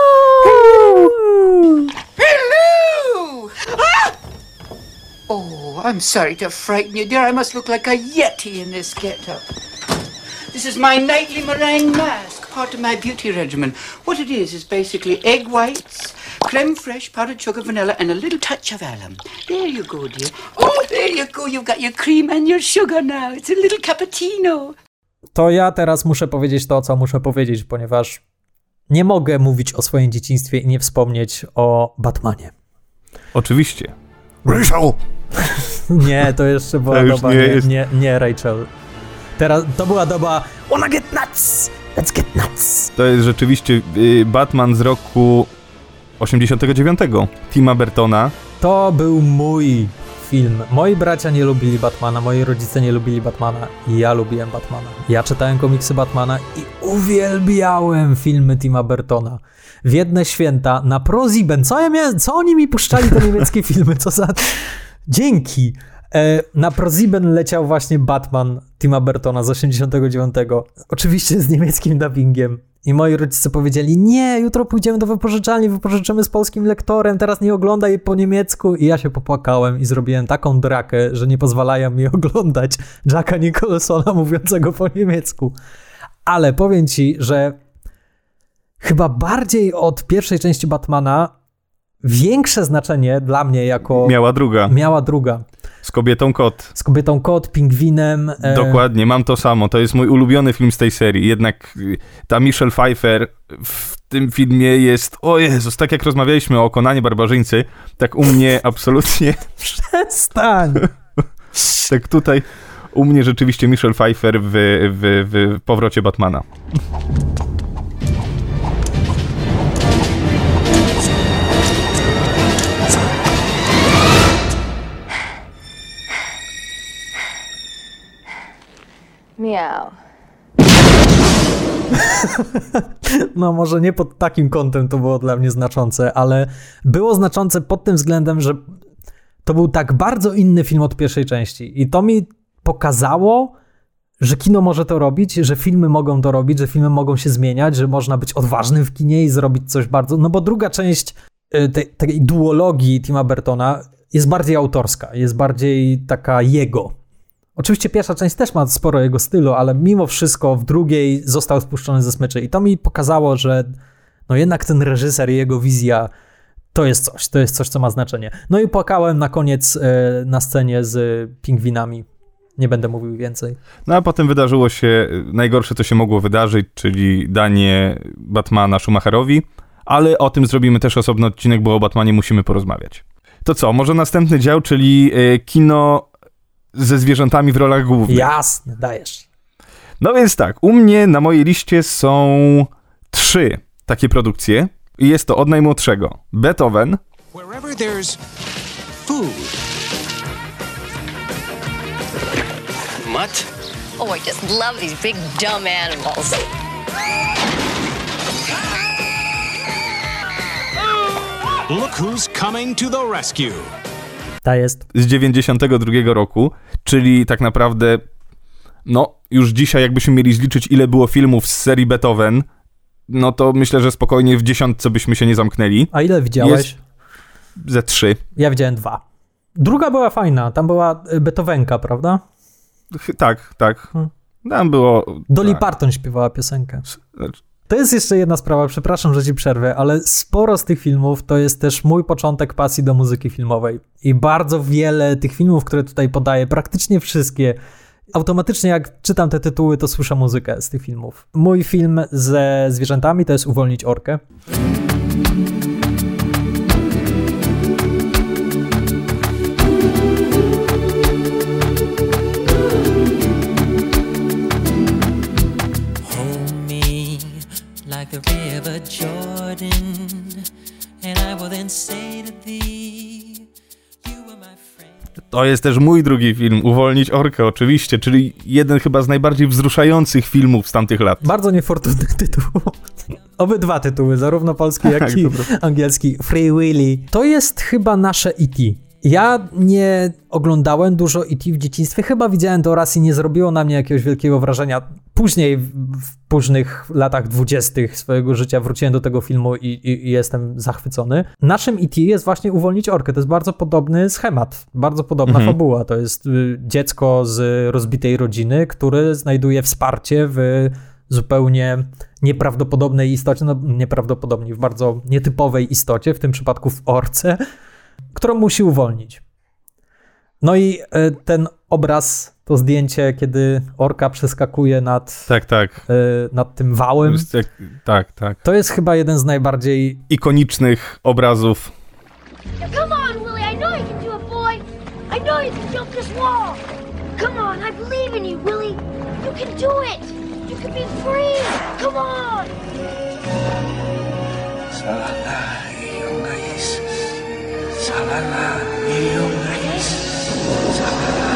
Hello! Ah! Oh, I'm sorry to frighten you, dear. I must look like a yeti in this get-up. This is my nightly meringue mask, part of my beauty regimen. What it is is basically egg whites, creme fraiche, powdered sugar, vanilla, and a little touch of alum. There you go, dear. Oh, there you go. You've got your cream and your sugar now. It's a little cappuccino. to ja teraz muszę powiedzieć to, co muszę powiedzieć, ponieważ nie mogę mówić o swoim dzieciństwie i nie wspomnieć o Batmanie. Oczywiście. Rachel! Nie, to jeszcze była to doba, nie, nie, jest... nie, nie Rachel. Teraz to była doba Wanna get nuts! Let's get nuts! To jest rzeczywiście y, Batman z roku osiemdziesiątego dziewiątego. Tima Burtona. To był mój film. Moi bracia nie lubili Batmana, moi rodzice nie lubili Batmana i ja lubiłem Batmana. Ja czytałem komiksy Batmana i uwielbiałem filmy Tima Burtona. W jedne święta na ProSieben. Co ja miałem, co oni mi puszczali te niemieckie filmy? Co za... Dzięki. E, na ProSieben leciał właśnie Batman Tima Burtona z osiemdziesiątego dziewiątego. Oczywiście z niemieckim dubbingiem. I moi rodzice powiedzieli, nie, jutro pójdziemy do wypożyczalni, wypożyczymy z polskim lektorem, teraz nie oglądaj po niemiecku. I ja się popłakałem i zrobiłem taką drakę, że nie pozwalają mi oglądać Jacka Nicholsona mówiącego po niemiecku. Ale powiem ci, że chyba bardziej od pierwszej części Batmana większe znaczenie dla mnie jako... Miała druga. Miała druga. Z kobietą kot. Z kobietą kot, pingwinem. E... Dokładnie, mam to samo. To jest mój ulubiony film z tej serii. Jednak ta Michelle Pfeiffer w tym filmie jest... O Jezus, tak jak rozmawialiśmy o Konanie Barbarzyńcy, tak u mnie absolutnie... Przestań! Tak tutaj u mnie rzeczywiście Michelle Pfeiffer w, w, w powrocie Batmana. Miau. No może nie pod takim kątem to było dla mnie znaczące, ale było znaczące pod tym względem, że to był tak bardzo inny film od pierwszej części i to mi pokazało, że kino może to robić, że filmy mogą to robić, że filmy mogą się zmieniać, że można być odważnym w kinie i zrobić coś bardzo... No bo druga część tej, tej duologii Tima Burtona jest bardziej autorska, jest bardziej taka jego. Oczywiście pierwsza część też ma sporo jego stylu, ale mimo wszystko w drugiej został spuszczony ze smyczy i to mi pokazało, że no jednak ten reżyser i jego wizja to jest coś, to jest coś, co ma znaczenie. No i płakałem na koniec e, na scenie z pingwinami. Nie będę mówił więcej. No a potem wydarzyło się najgorsze, co się mogło wydarzyć, czyli danie Batmana Schumacherowi, ale o tym zrobimy też osobny odcinek, bo o Batmanie musimy porozmawiać. To co, może następny dział, czyli e, kino ze zwierzętami w rolach głównych. Jasne, dajesz. No więc tak, u mnie na mojej liście są trzy takie produkcje i jest to od najmłodszego. Beethoven. Wherever there's food. Mutt? Oh, I just love these big dumb animals. Look who's coming to the rescue. Ta jest. Z dziewięćdziesiątego drugiego roku, czyli tak naprawdę, no już dzisiaj jakbyśmy mieli zliczyć, ile było filmów z serii Beethoven, no to myślę, że spokojnie w dziesiątce byśmy się nie zamknęli. A ile widziałeś? Jest ze trzy. Ja widziałem dwa. Druga była fajna, tam była Beethovenka, prawda? Ch- tak, tak. Tam było... Dolly tak. Parton śpiewała piosenkę. To jest jeszcze jedna sprawa, przepraszam, że ci przerwę, ale sporo z tych filmów to jest też mój początek pasji do muzyki filmowej. I bardzo wiele tych filmów, które tutaj podaję, praktycznie wszystkie, automatycznie jak czytam te tytuły, to słyszę muzykę z tych filmów. Mój film ze zwierzętami to jest Uwolnić orkę. The river Jordan, and I will then say to thee, you are my friend. To jest też mój drugi film, Uwolnić orkę oczywiście, czyli jeden chyba z najbardziej wzruszających filmów z tamtych lat. Bardzo niefortunny tytuł. Obydwa tytuły, zarówno polski, jak i angielski. Free Willy. To jest chyba nasze E T Ja nie oglądałem dużo E T w dzieciństwie, chyba widziałem to raz i nie zrobiło na mnie jakiegoś wielkiego wrażenia. Później, w późnych latach dwudziestych swojego życia wróciłem do tego filmu i, i, i jestem zachwycony. Naszym E T jest właśnie Uwolnić orkę. To jest bardzo podobny schemat, bardzo podobna mhm. fabuła. To jest y, dziecko z rozbitej rodziny, który znajduje wsparcie w zupełnie nieprawdopodobnej istocie, no nieprawdopodobnie, w bardzo nietypowej istocie, w tym przypadku w orce, którą musi uwolnić. No i ten obraz To zdjęcie, kiedy orka przeskakuje nad, tak, tak. Y, nad tym wałem. Jak, tak, tak. To jest chyba jeden z najbardziej ikonicznych obrazów. Come on, Willie, I know you can do it, boy. I know you can jump this wall. Come on, I believe in you, Willie. You can do it. You can be free. Come on. Salala iyongais. Salala iyongais. Salala.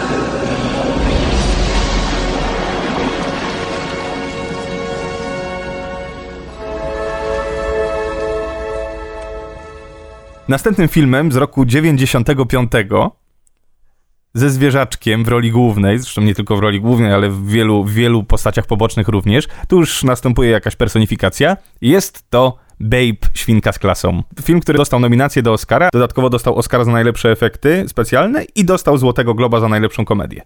Następnym filmem z roku dziewięćdziesiątego piątego ze zwierzaczkiem w roli głównej, zresztą nie tylko w roli głównej, ale w wielu, wielu postaciach pobocznych również, tu już następuje jakaś personifikacja. Jest to Babe, Świnka z klasą. Film, który dostał nominację do Oscara, dodatkowo dostał Oscara za najlepsze efekty specjalne i dostał Złotego Globa za najlepszą komedię.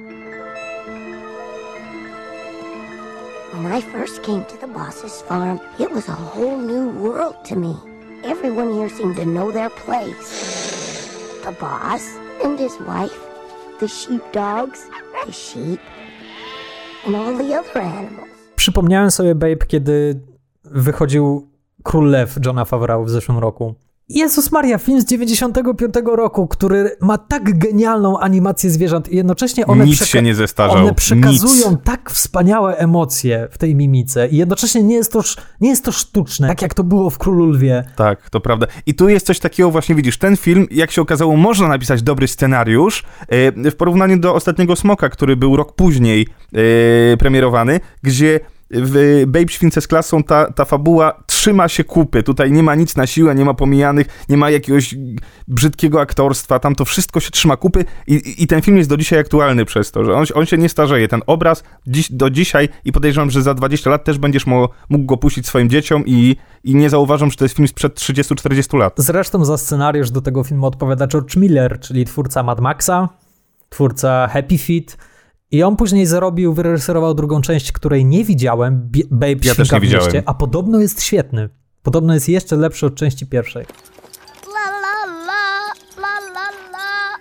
When I first came to the boss's farm, it was a whole new world to me. Everyone here seemed to know their place. The boss and his wife, the sheepdogs, the sheep, and all the other animals. Przypomniałem sobie Babe, kiedy wychodził Król Lew Johna Favreau w zeszłym roku. Jezus Maria, film z dziewięćdziesiątego piątego roku, który ma tak genialną animację zwierząt i jednocześnie one, Nic się nie zestarzał. one przekazują Nic. tak wspaniałe emocje w tej mimice i jednocześnie nie jest, to, nie jest to sztuczne, tak jak to było w Królu Lwie. Tak, to prawda. I tu jest coś takiego właśnie, widzisz, ten film, jak się okazało, można napisać dobry scenariusz yy, w porównaniu do Ostatniego Smoka, który był rok później yy, premierowany, gdzie w Babe, Śwince z klasą ta, ta fabuła trzyma się kupy. Tutaj nie ma nic na siłę, nie ma pomijanych, nie ma jakiegoś brzydkiego aktorstwa. Tam to wszystko się trzyma kupy i, i ten film jest do dzisiaj aktualny przez to, że on, on się nie starzeje. Ten obraz dziś, do dzisiaj i podejrzewam, że za dwadzieścia lat też będziesz mo, mógł go puścić swoim dzieciom i, i nie zauważam, że to jest film sprzed trzydziestu czterdziestu lat. Zresztą za scenariusz do tego filmu odpowiada George Miller, czyli twórca Mad Maxa, twórca Happy Feet. I on później zarobił, wyreżyserował drugą część, której nie widziałem, Babe, ja Świnka w mieście, widziałem. A podobno jest świetny. Podobno jest jeszcze lepszy od części pierwszej. La la la, la la la,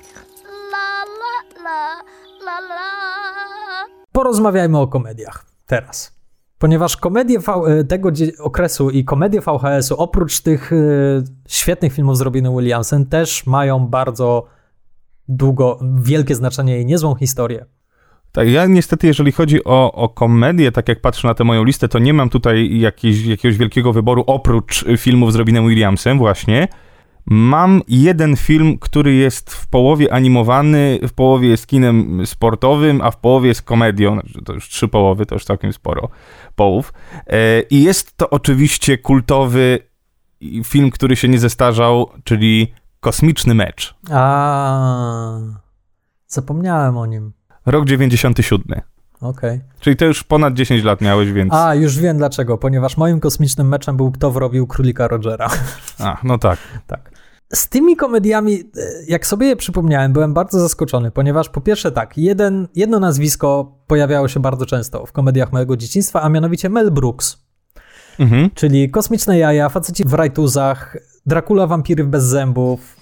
la la la, la la. Porozmawiajmy o komediach teraz. Ponieważ komedie v- tego okresu i komedie V H S-u, oprócz tych y, świetnych filmów z Robinem Williamsem, też mają bardzo długo, wielkie znaczenie i niezłą historię. Tak, ja niestety, jeżeli chodzi o, o komedię, tak jak patrzę na tę moją listę, to nie mam tutaj jakiejś, jakiegoś wielkiego wyboru, oprócz filmów z Robinem Williamsem właśnie. Mam jeden film, który jest w połowie animowany, w połowie jest kinem sportowym, a w połowie jest komedią. To już trzy połowy, to już całkiem sporo połów. I jest to oczywiście kultowy film, który się nie zestarzał, czyli Kosmiczny Mecz. A, zapomniałem o nim. Rok dziewięćdziesiąty siódmy. Okej. Okay. Czyli to już ponad dziesięć lat miałeś, więc... A, już wiem dlaczego, ponieważ moim kosmicznym meczem był Kto wrobił Królika Rogera. A, no tak. Tak. Z tymi komediami, jak sobie je przypomniałem, byłem bardzo zaskoczony, ponieważ po pierwsze tak, jeden, jedno nazwisko pojawiało się bardzo często w komediach mojego dzieciństwa, a mianowicie Mel Brooks. Mhm. Czyli Kosmiczne jaja, Faceci w rajtuzach, Dracula, Wampiry bez zębów.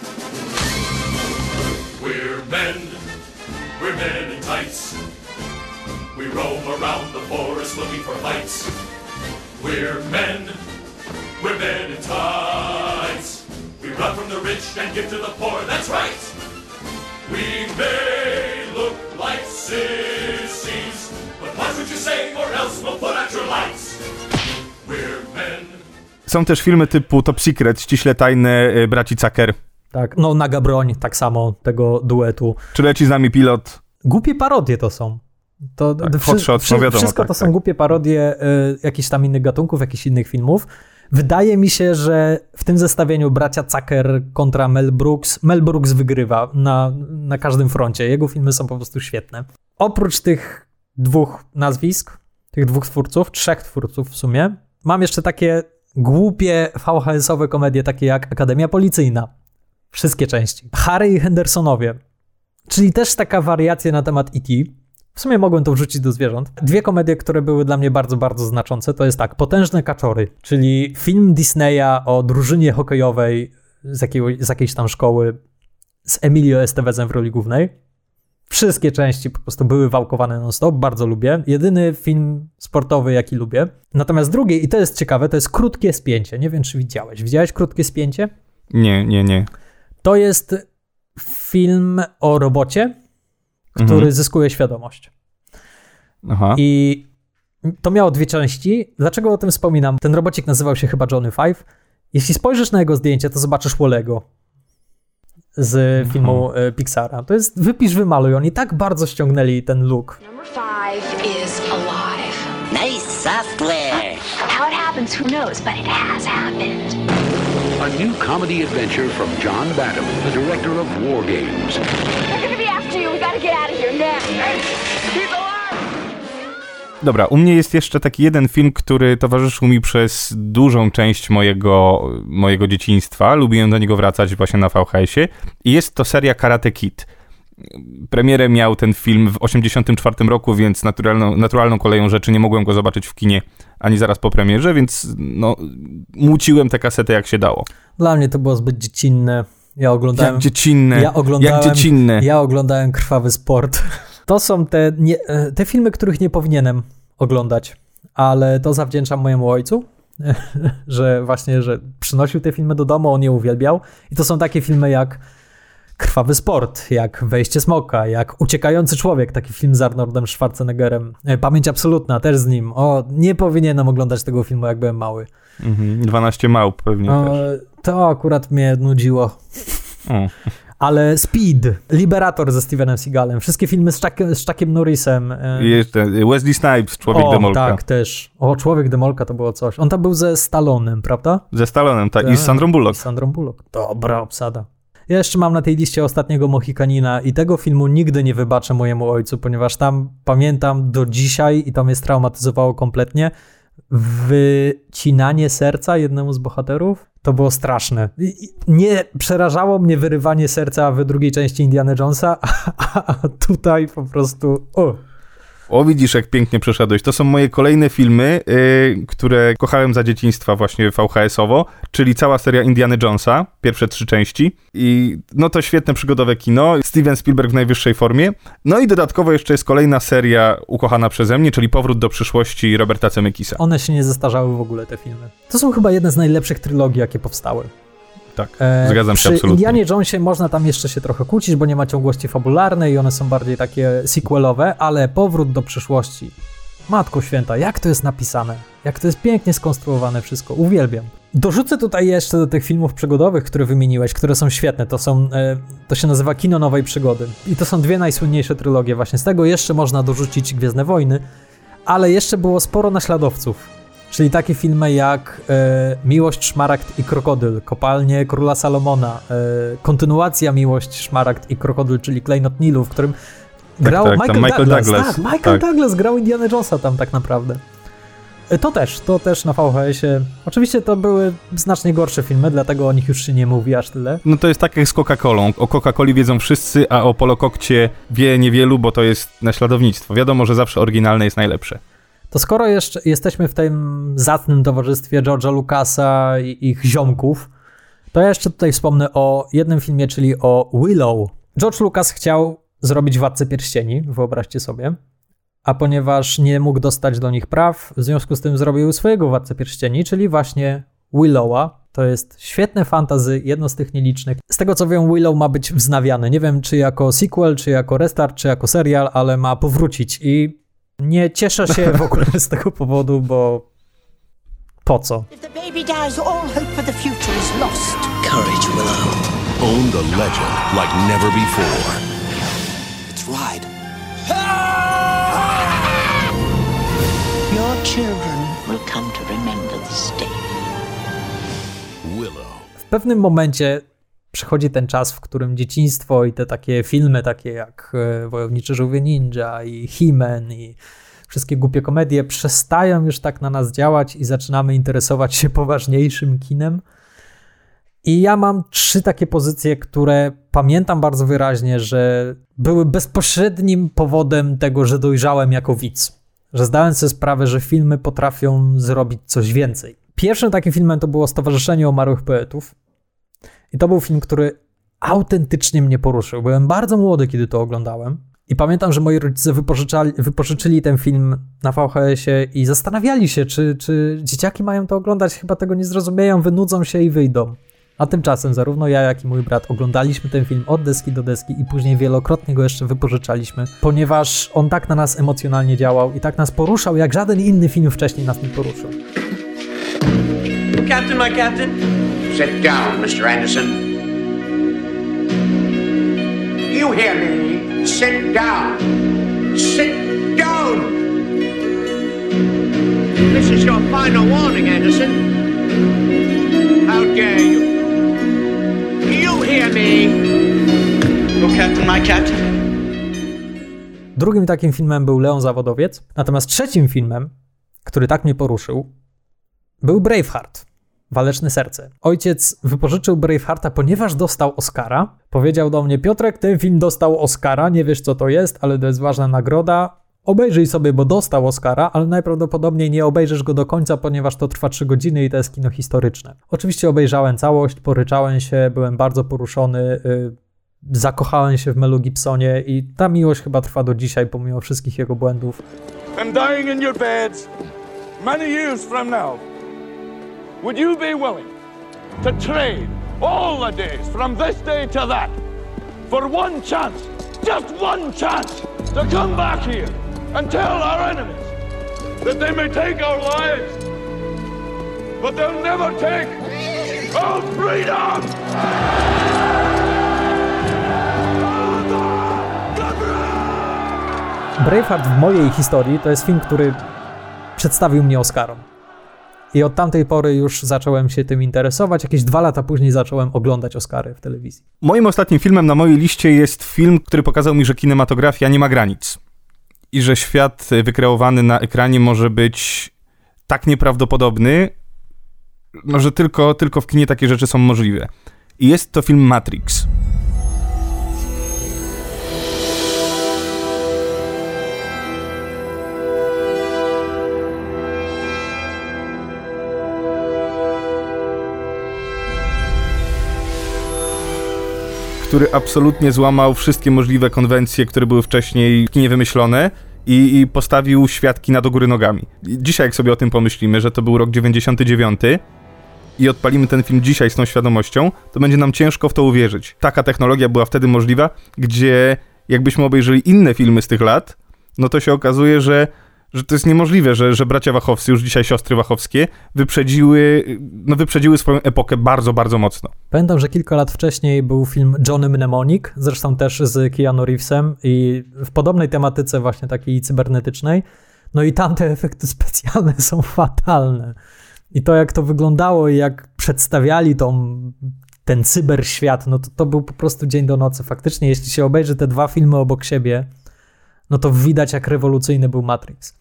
We're men, we're men in tights. We roam around the forest looking for fights. We're men, we're men in tights. We run from the rich and give to the poor, that's right. We may look like sissies, but watch what you say or else we'll put out your lights. We're men. Są też filmy typu Top Secret, ściśle tajne, braci Zucker. Tak, no Naga Broń, tak samo, tego duetu. Czy leci z nami pilot? Głupie parodie to są. To, tak, wszy- hot shot, wszy- no wiadomo, wszystko tak, to tak. są głupie parodie y, jakichś tam innych gatunków, jakichś innych filmów. Wydaje mi się, że w tym zestawieniu bracia Zucker kontra Mel Brooks, Mel Brooks wygrywa na, na każdym froncie. Jego filmy są po prostu świetne. Oprócz tych dwóch nazwisk, tych dwóch twórców, trzech twórców w sumie, mam jeszcze takie głupie V H S-owe komedie, takie jak Akademia Policyjna. Wszystkie części. Harry i Hendersonowie. Czyli też taka wariacja na temat E T W sumie mogłem to wrzucić do zwierząt. Dwie komedie, które były dla mnie bardzo, bardzo znaczące, to jest tak, Potężne kaczory, czyli film Disneya o drużynie hokejowej z, jakiego, z jakiejś tam szkoły z Emilio Estevezem w roli głównej. Wszystkie części po prostu były wałkowane non-stop, bardzo lubię. Jedyny film sportowy, jaki lubię. Natomiast drugi, i to jest ciekawe, to jest Krótkie spięcie. Nie wiem, czy widziałeś. Widziałeś Krótkie spięcie? Nie, nie, nie. To jest film o robocie, który mhm. zyskuje świadomość. Aha. I to miało dwie części. Dlaczego o tym wspominam? Ten robocik nazywał się chyba Johnny Five. Jeśli spojrzysz na jego zdjęcie, to zobaczysz Wall-E'ego z filmu mhm. Pixara. To jest wypisz, wymaluj. Oni tak bardzo ściągnęli ten look. Number five is alive. Nice software. How it happens, who knows, but it has happened. A new comedy adventure from John Badham, the director of War Games. They're gonna be after you. We gotta get out of here now. He's alive! Dobra, u mnie jest jeszcze taki jeden film, który towarzyszył mi przez dużą część mojego, mojego dzieciństwa. Lubiłem do niego wracać właśnie na V H S-ie. I jest to seria Karate Kid. Premierę miał ten film w osiemdziesiątym czwartym roku, więc naturalną, naturalną koleją rzeczy nie mogłem go zobaczyć w kinie ani zaraz po premierze, więc no, muciłem tę kasetę jak się dało. Dla mnie to było zbyt dziecinne. Ja oglądałem... Jak dziecinne, ja oglądałem, jak dziecinne. Ja oglądałem Krwawy sport. To są te, nie, te filmy, których nie powinienem oglądać, ale to zawdzięczam mojemu ojcu, że właśnie, że przynosił te filmy do domu, on je uwielbiał i to są takie filmy jak Krwawy sport, jak Wejście smoka, jak Uciekający człowiek, taki film z Arnoldem Schwarzeneggerem, Pamięć absolutna, też z nim. O, nie powinienem oglądać tego filmu, jak byłem mały. Mhm, dwanaście małp pewnie o, też. To akurat mnie nudziło. O. Ale Speed, Liberator ze Stevenem Seagalem, wszystkie filmy z, Chuck, z Chuckiem Norrisem. I jeszcze Wesley Snipes, Człowiek o, Demolka. tak, też. O, Człowiek Demolka to było coś. On tam był ze Stallonem, prawda? Ze Stallonem, tak. I z Sandrą Bullock. I z Sandrą Bullock. Dobra obsada. Ja jeszcze mam na tej liście Ostatniego Mohikanina i tego filmu nigdy nie wybaczę mojemu ojcu, ponieważ tam pamiętam do dzisiaj i to mnie straumatyzowało kompletnie, wycinanie serca jednemu z bohaterów. To było straszne. Nie przerażało mnie wyrywanie serca w drugiej części Indiana Jonesa, a, a tutaj po prostu... O. o, widzisz, jak pięknie przeszedłeś. To są moje kolejne filmy, yy, które kochałem za dzieciństwa właśnie V H S-owo, czyli cała seria Indiana Jonesa, pierwsze trzy części. I no to świetne przygodowe kino. Steven Spielberg w najwyższej formie. No i dodatkowo jeszcze jest kolejna seria ukochana przeze mnie, czyli Powrót do przyszłości Roberta Zemeckisa. One się nie zestarzały w ogóle, te filmy. To są chyba jedne z najlepszych trylogii, jakie powstały. Tak, zgadzam się przy absolutnie. Przy Indianie Jonesie można tam jeszcze się trochę kłócić, bo nie ma ciągłości fabularnej i one są bardziej takie sequelowe, ale Powrót do przyszłości. Matko święta, jak to jest napisane, jak to jest pięknie skonstruowane wszystko, uwielbiam. Dorzucę tutaj jeszcze do tych filmów przygodowych, które wymieniłeś, które są świetne, to są, to się nazywa Kino Nowej Przygody i to są dwie najsłynniejsze trylogie, właśnie z tego jeszcze można dorzucić Gwiezdne Wojny, ale jeszcze było sporo naśladowców. Czyli takie filmy jak e, Miłość, Szmaragd i Krokodyl, Kopalnie Króla Salomona, e, kontynuacja Miłość, Szmaragd i Krokodyl, czyli Klejnot Nilu, w którym grał tak, tak, Michael, Michael Douglas. Douglas. Tak, Michael tak. Douglas grał Indiana Jonesa tam tak naprawdę. E, to też, to też na V H S-ie. Oczywiście to były znacznie gorsze filmy, dlatego o nich już się nie mówi aż tyle. No to jest tak jak z Coca-Colą. O Coca-Coli wiedzą wszyscy, a o Polokokcie wie niewielu, bo to jest naśladownictwo. Wiadomo, że zawsze oryginalne jest najlepsze. To skoro jeszcze jesteśmy w tym zacnym towarzystwie George'a Lucasa i ich ziomków, to ja jeszcze tutaj wspomnę o jednym filmie, czyli o Willow. George Lucas chciał zrobić Władcę Pierścieni, wyobraźcie sobie, a ponieważ nie mógł dostać do nich praw, w związku z tym zrobił swojego Władcę Pierścieni, czyli właśnie Willowa. To jest świetne fantasy, jedno z tych nielicznych. Z tego co wiem, Willow ma być wznawiany. Nie wiem, czy jako sequel, czy jako restart, czy jako serial, ale ma powrócić i nie cieszę się w ogóle z tego powodu, bo po co? If the baby dies, all hope for the future is lost. Courage, Willow. Own the legend like never before. It's right. Your children will come to remember this day. Willow. W pewnym momencie przychodzi ten czas, w którym dzieciństwo i te takie filmy, takie jak Wojowniczy Żółwie Ninja i He-Man i wszystkie głupie komedie przestają już tak na nas działać i zaczynamy interesować się poważniejszym kinem. I ja mam trzy takie pozycje, które pamiętam bardzo wyraźnie, że były bezpośrednim powodem tego, że dojrzałem jako widz. Że zdałem sobie sprawę, że filmy potrafią zrobić coś więcej. Pierwszym takim filmem to było Stowarzyszenie Umarłych Poetów. I to był film, który autentycznie mnie poruszył. Byłem bardzo młody, kiedy to oglądałem, I pamiętam, że moi rodzice wypożyczali, wypożyczyli ten film na V H S-ie i zastanawiali się, czy, czy dzieciaki mają to oglądać, chyba tego nie zrozumieją, wynudzą się i wyjdą. A tymczasem zarówno ja, jak i mój brat oglądaliśmy ten film od deski do deski i później wielokrotnie go jeszcze wypożyczaliśmy, ponieważ on tak na nas emocjonalnie działał i tak nas poruszał, jak żaden inny film wcześniej nas nie poruszył. Captain, my captain. Sit down, mister Anderson. You hear me? Sit down. Sit down. This is your final warning, Anderson. How dare you? You hear me? Oh, Captain, my captain. Drugim takim filmem był Leon Zawodowiec, natomiast trzecim filmem, który tak mnie poruszył, był Braveheart. Waleczne serce. Ojciec wypożyczył Bravehearta, ponieważ dostał Oscara. Powiedział do mnie: Piotrek, ten film dostał Oscara, nie wiesz co to jest, ale to jest ważna nagroda. Obejrzyj sobie, bo dostał Oscara, ale najprawdopodobniej nie obejrzysz go do końca, ponieważ to trwa trzy godziny i to jest kino historyczne. Oczywiście obejrzałem całość, poryczałem się, byłem bardzo poruszony, yy, zakochałem się w Melu Gibsonie i ta miłość chyba trwa do dzisiaj, pomimo wszystkich jego błędów. And dying in your beds many years from now. Would you be willing to trade all the days from this day to that for one chance, just one chance, to come back here and tell our enemies that they may take our lives, but they'll never take our freedom! Braveheart w mojej historii to jest film, który przedstawił mnie Oscarom. I od tamtej pory już zacząłem się tym interesować. Jakieś dwa lata później zacząłem oglądać Oscary w telewizji. Moim ostatnim filmem na mojej liście jest film, który pokazał mi, że kinematografia nie ma granic. I że świat wykreowany na ekranie może być tak nieprawdopodobny, no, że tylko, tylko w kinie takie rzeczy są możliwe. I jest to film Matrix. Który absolutnie złamał wszystkie możliwe konwencje, które były wcześniej w kinie wymyślone i, i postawił świat kina do góry nogami. Dzisiaj, jak sobie o tym pomyślimy, że to był rok dziewięćdziesiąty dziewiąty i odpalimy ten film dzisiaj z tą świadomością, to będzie nam ciężko w to uwierzyć. Taka technologia była wtedy możliwa, gdzie jakbyśmy obejrzeli inne filmy z tych lat, no to się okazuje, że że to jest niemożliwe, że, że bracia Wachowscy, już dzisiaj siostry Wachowskie, wyprzedziły, no wyprzedziły swoją epokę bardzo, bardzo mocno. Pamiętam, że kilka lat wcześniej był film Johnny Mnemonic, zresztą też z Keanu Reevesem i w podobnej tematyce właśnie takiej cybernetycznej. No i tam te efekty specjalne są fatalne. I to, jak to wyglądało i jak przedstawiali tą, ten cyberświat, no to to był po prostu dzień do nocy. Faktycznie, jeśli się obejrzy te dwa filmy obok siebie, no to widać, jak rewolucyjny był Matrix.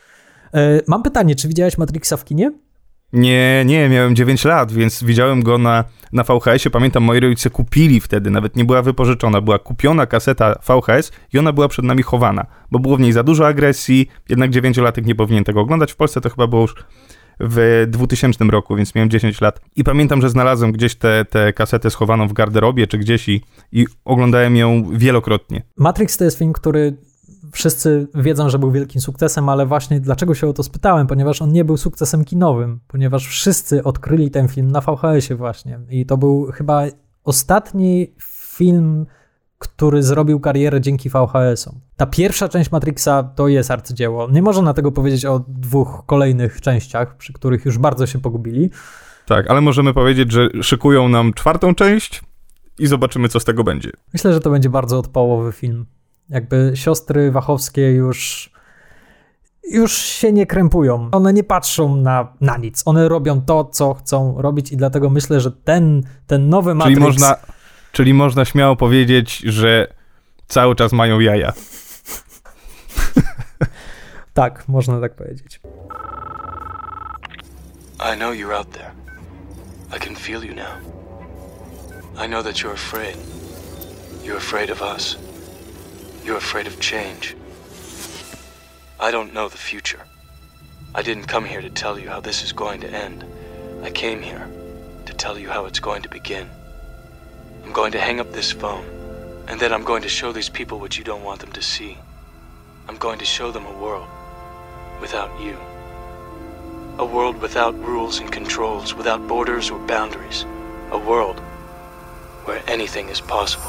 Yy, mam pytanie, czy widziałeś Matrixa w kinie? Nie, nie, miałem dziewięć lat, więc widziałem go na, na V H S-ie. Pamiętam, moi rodzice kupili wtedy, nawet nie była wypożyczona, była kupiona kaseta V H S i ona była przed nami chowana, bo było w niej za dużo agresji, jednak dziewięciolatek nie powinien tego oglądać. W Polsce to chyba było już w dwutysięcznym roku, więc miałem dziesięć lat. I pamiętam, że znalazłem gdzieś tę kasetę schowaną w garderobie czy gdzieś i, i oglądałem ją wielokrotnie. Matrix to jest film, który wszyscy wiedzą, że był wielkim sukcesem, ale właśnie dlaczego się o to spytałem? Ponieważ on nie był sukcesem kinowym, ponieważ wszyscy odkryli ten film na V H S-ie właśnie. I to był chyba ostatni film, który zrobił karierę dzięki V H S-om. Ta pierwsza część Matrixa to jest arcydzieło. Nie można tego powiedzieć o dwóch kolejnych częściach, przy których już bardzo się pogubili. Tak, ale możemy powiedzieć, że szykują nam czwartą część i zobaczymy, co z tego będzie. Myślę, że to będzie bardzo odpałowy film. Jakby siostry Wachowskie już, już się nie krępują. One nie patrzą na, na nic. One robią to, co chcą robić i dlatego myślę, że ten, ten nowy Matrix... Czyli można, czyli można śmiało powiedzieć, że cały czas mają jaja. Tak, można tak powiedzieć. I know you're out there. I can feel you now. I know that you're afraid. You're afraid of us. You're afraid of change. I don't know the future. I didn't come here to tell you how this is going to end. I came here to tell you how it's going to begin. I'm going to hang up this phone, And then I'm going to show these people what you don't want them to see. I'm going to show them a world without you. A world without rules and controls, without borders or boundaries. A world where anything is possible.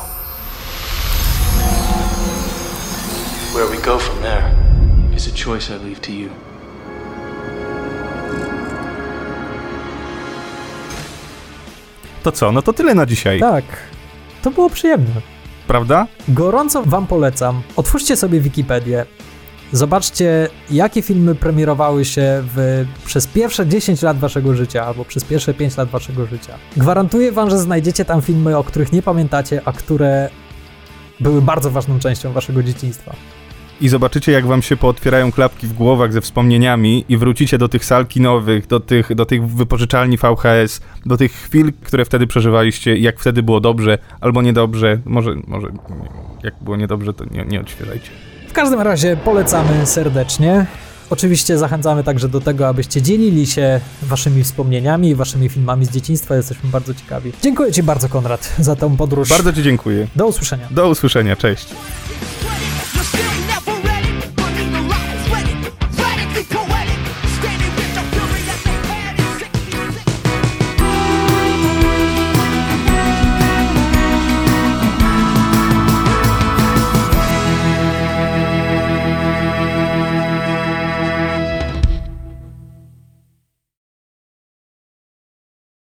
Where we go from there is a choice I leave to you. To co? No to tyle na dzisiaj. Tak, to było przyjemne. Prawda? Gorąco wam polecam. Otwórzcie sobie Wikipedię. Zobaczcie, jakie filmy premierowały się w, przez pierwsze dziesięć lat waszego życia, albo przez pierwsze pięć lat waszego życia. Gwarantuję wam, że znajdziecie tam filmy, o których nie pamiętacie, a które były bardzo ważną częścią waszego dzieciństwa. I zobaczycie, jak wam się pootwierają klapki w głowach ze wspomnieniami i wrócicie do tych sal kinowych, do tych, do tych wypożyczalni V H S, do tych chwil, które wtedy przeżywaliście, jak wtedy było dobrze albo niedobrze. Może, może jak było niedobrze, to nie, nie odświeżajcie. W każdym razie polecamy serdecznie. Oczywiście zachęcamy także do tego, abyście dzielili się waszymi wspomnieniami i waszymi filmami z dzieciństwa. Jesteśmy bardzo ciekawi. Dziękuję ci bardzo, Konrad, za tą podróż. Bardzo ci dziękuję. Do usłyszenia. Do usłyszenia, cześć.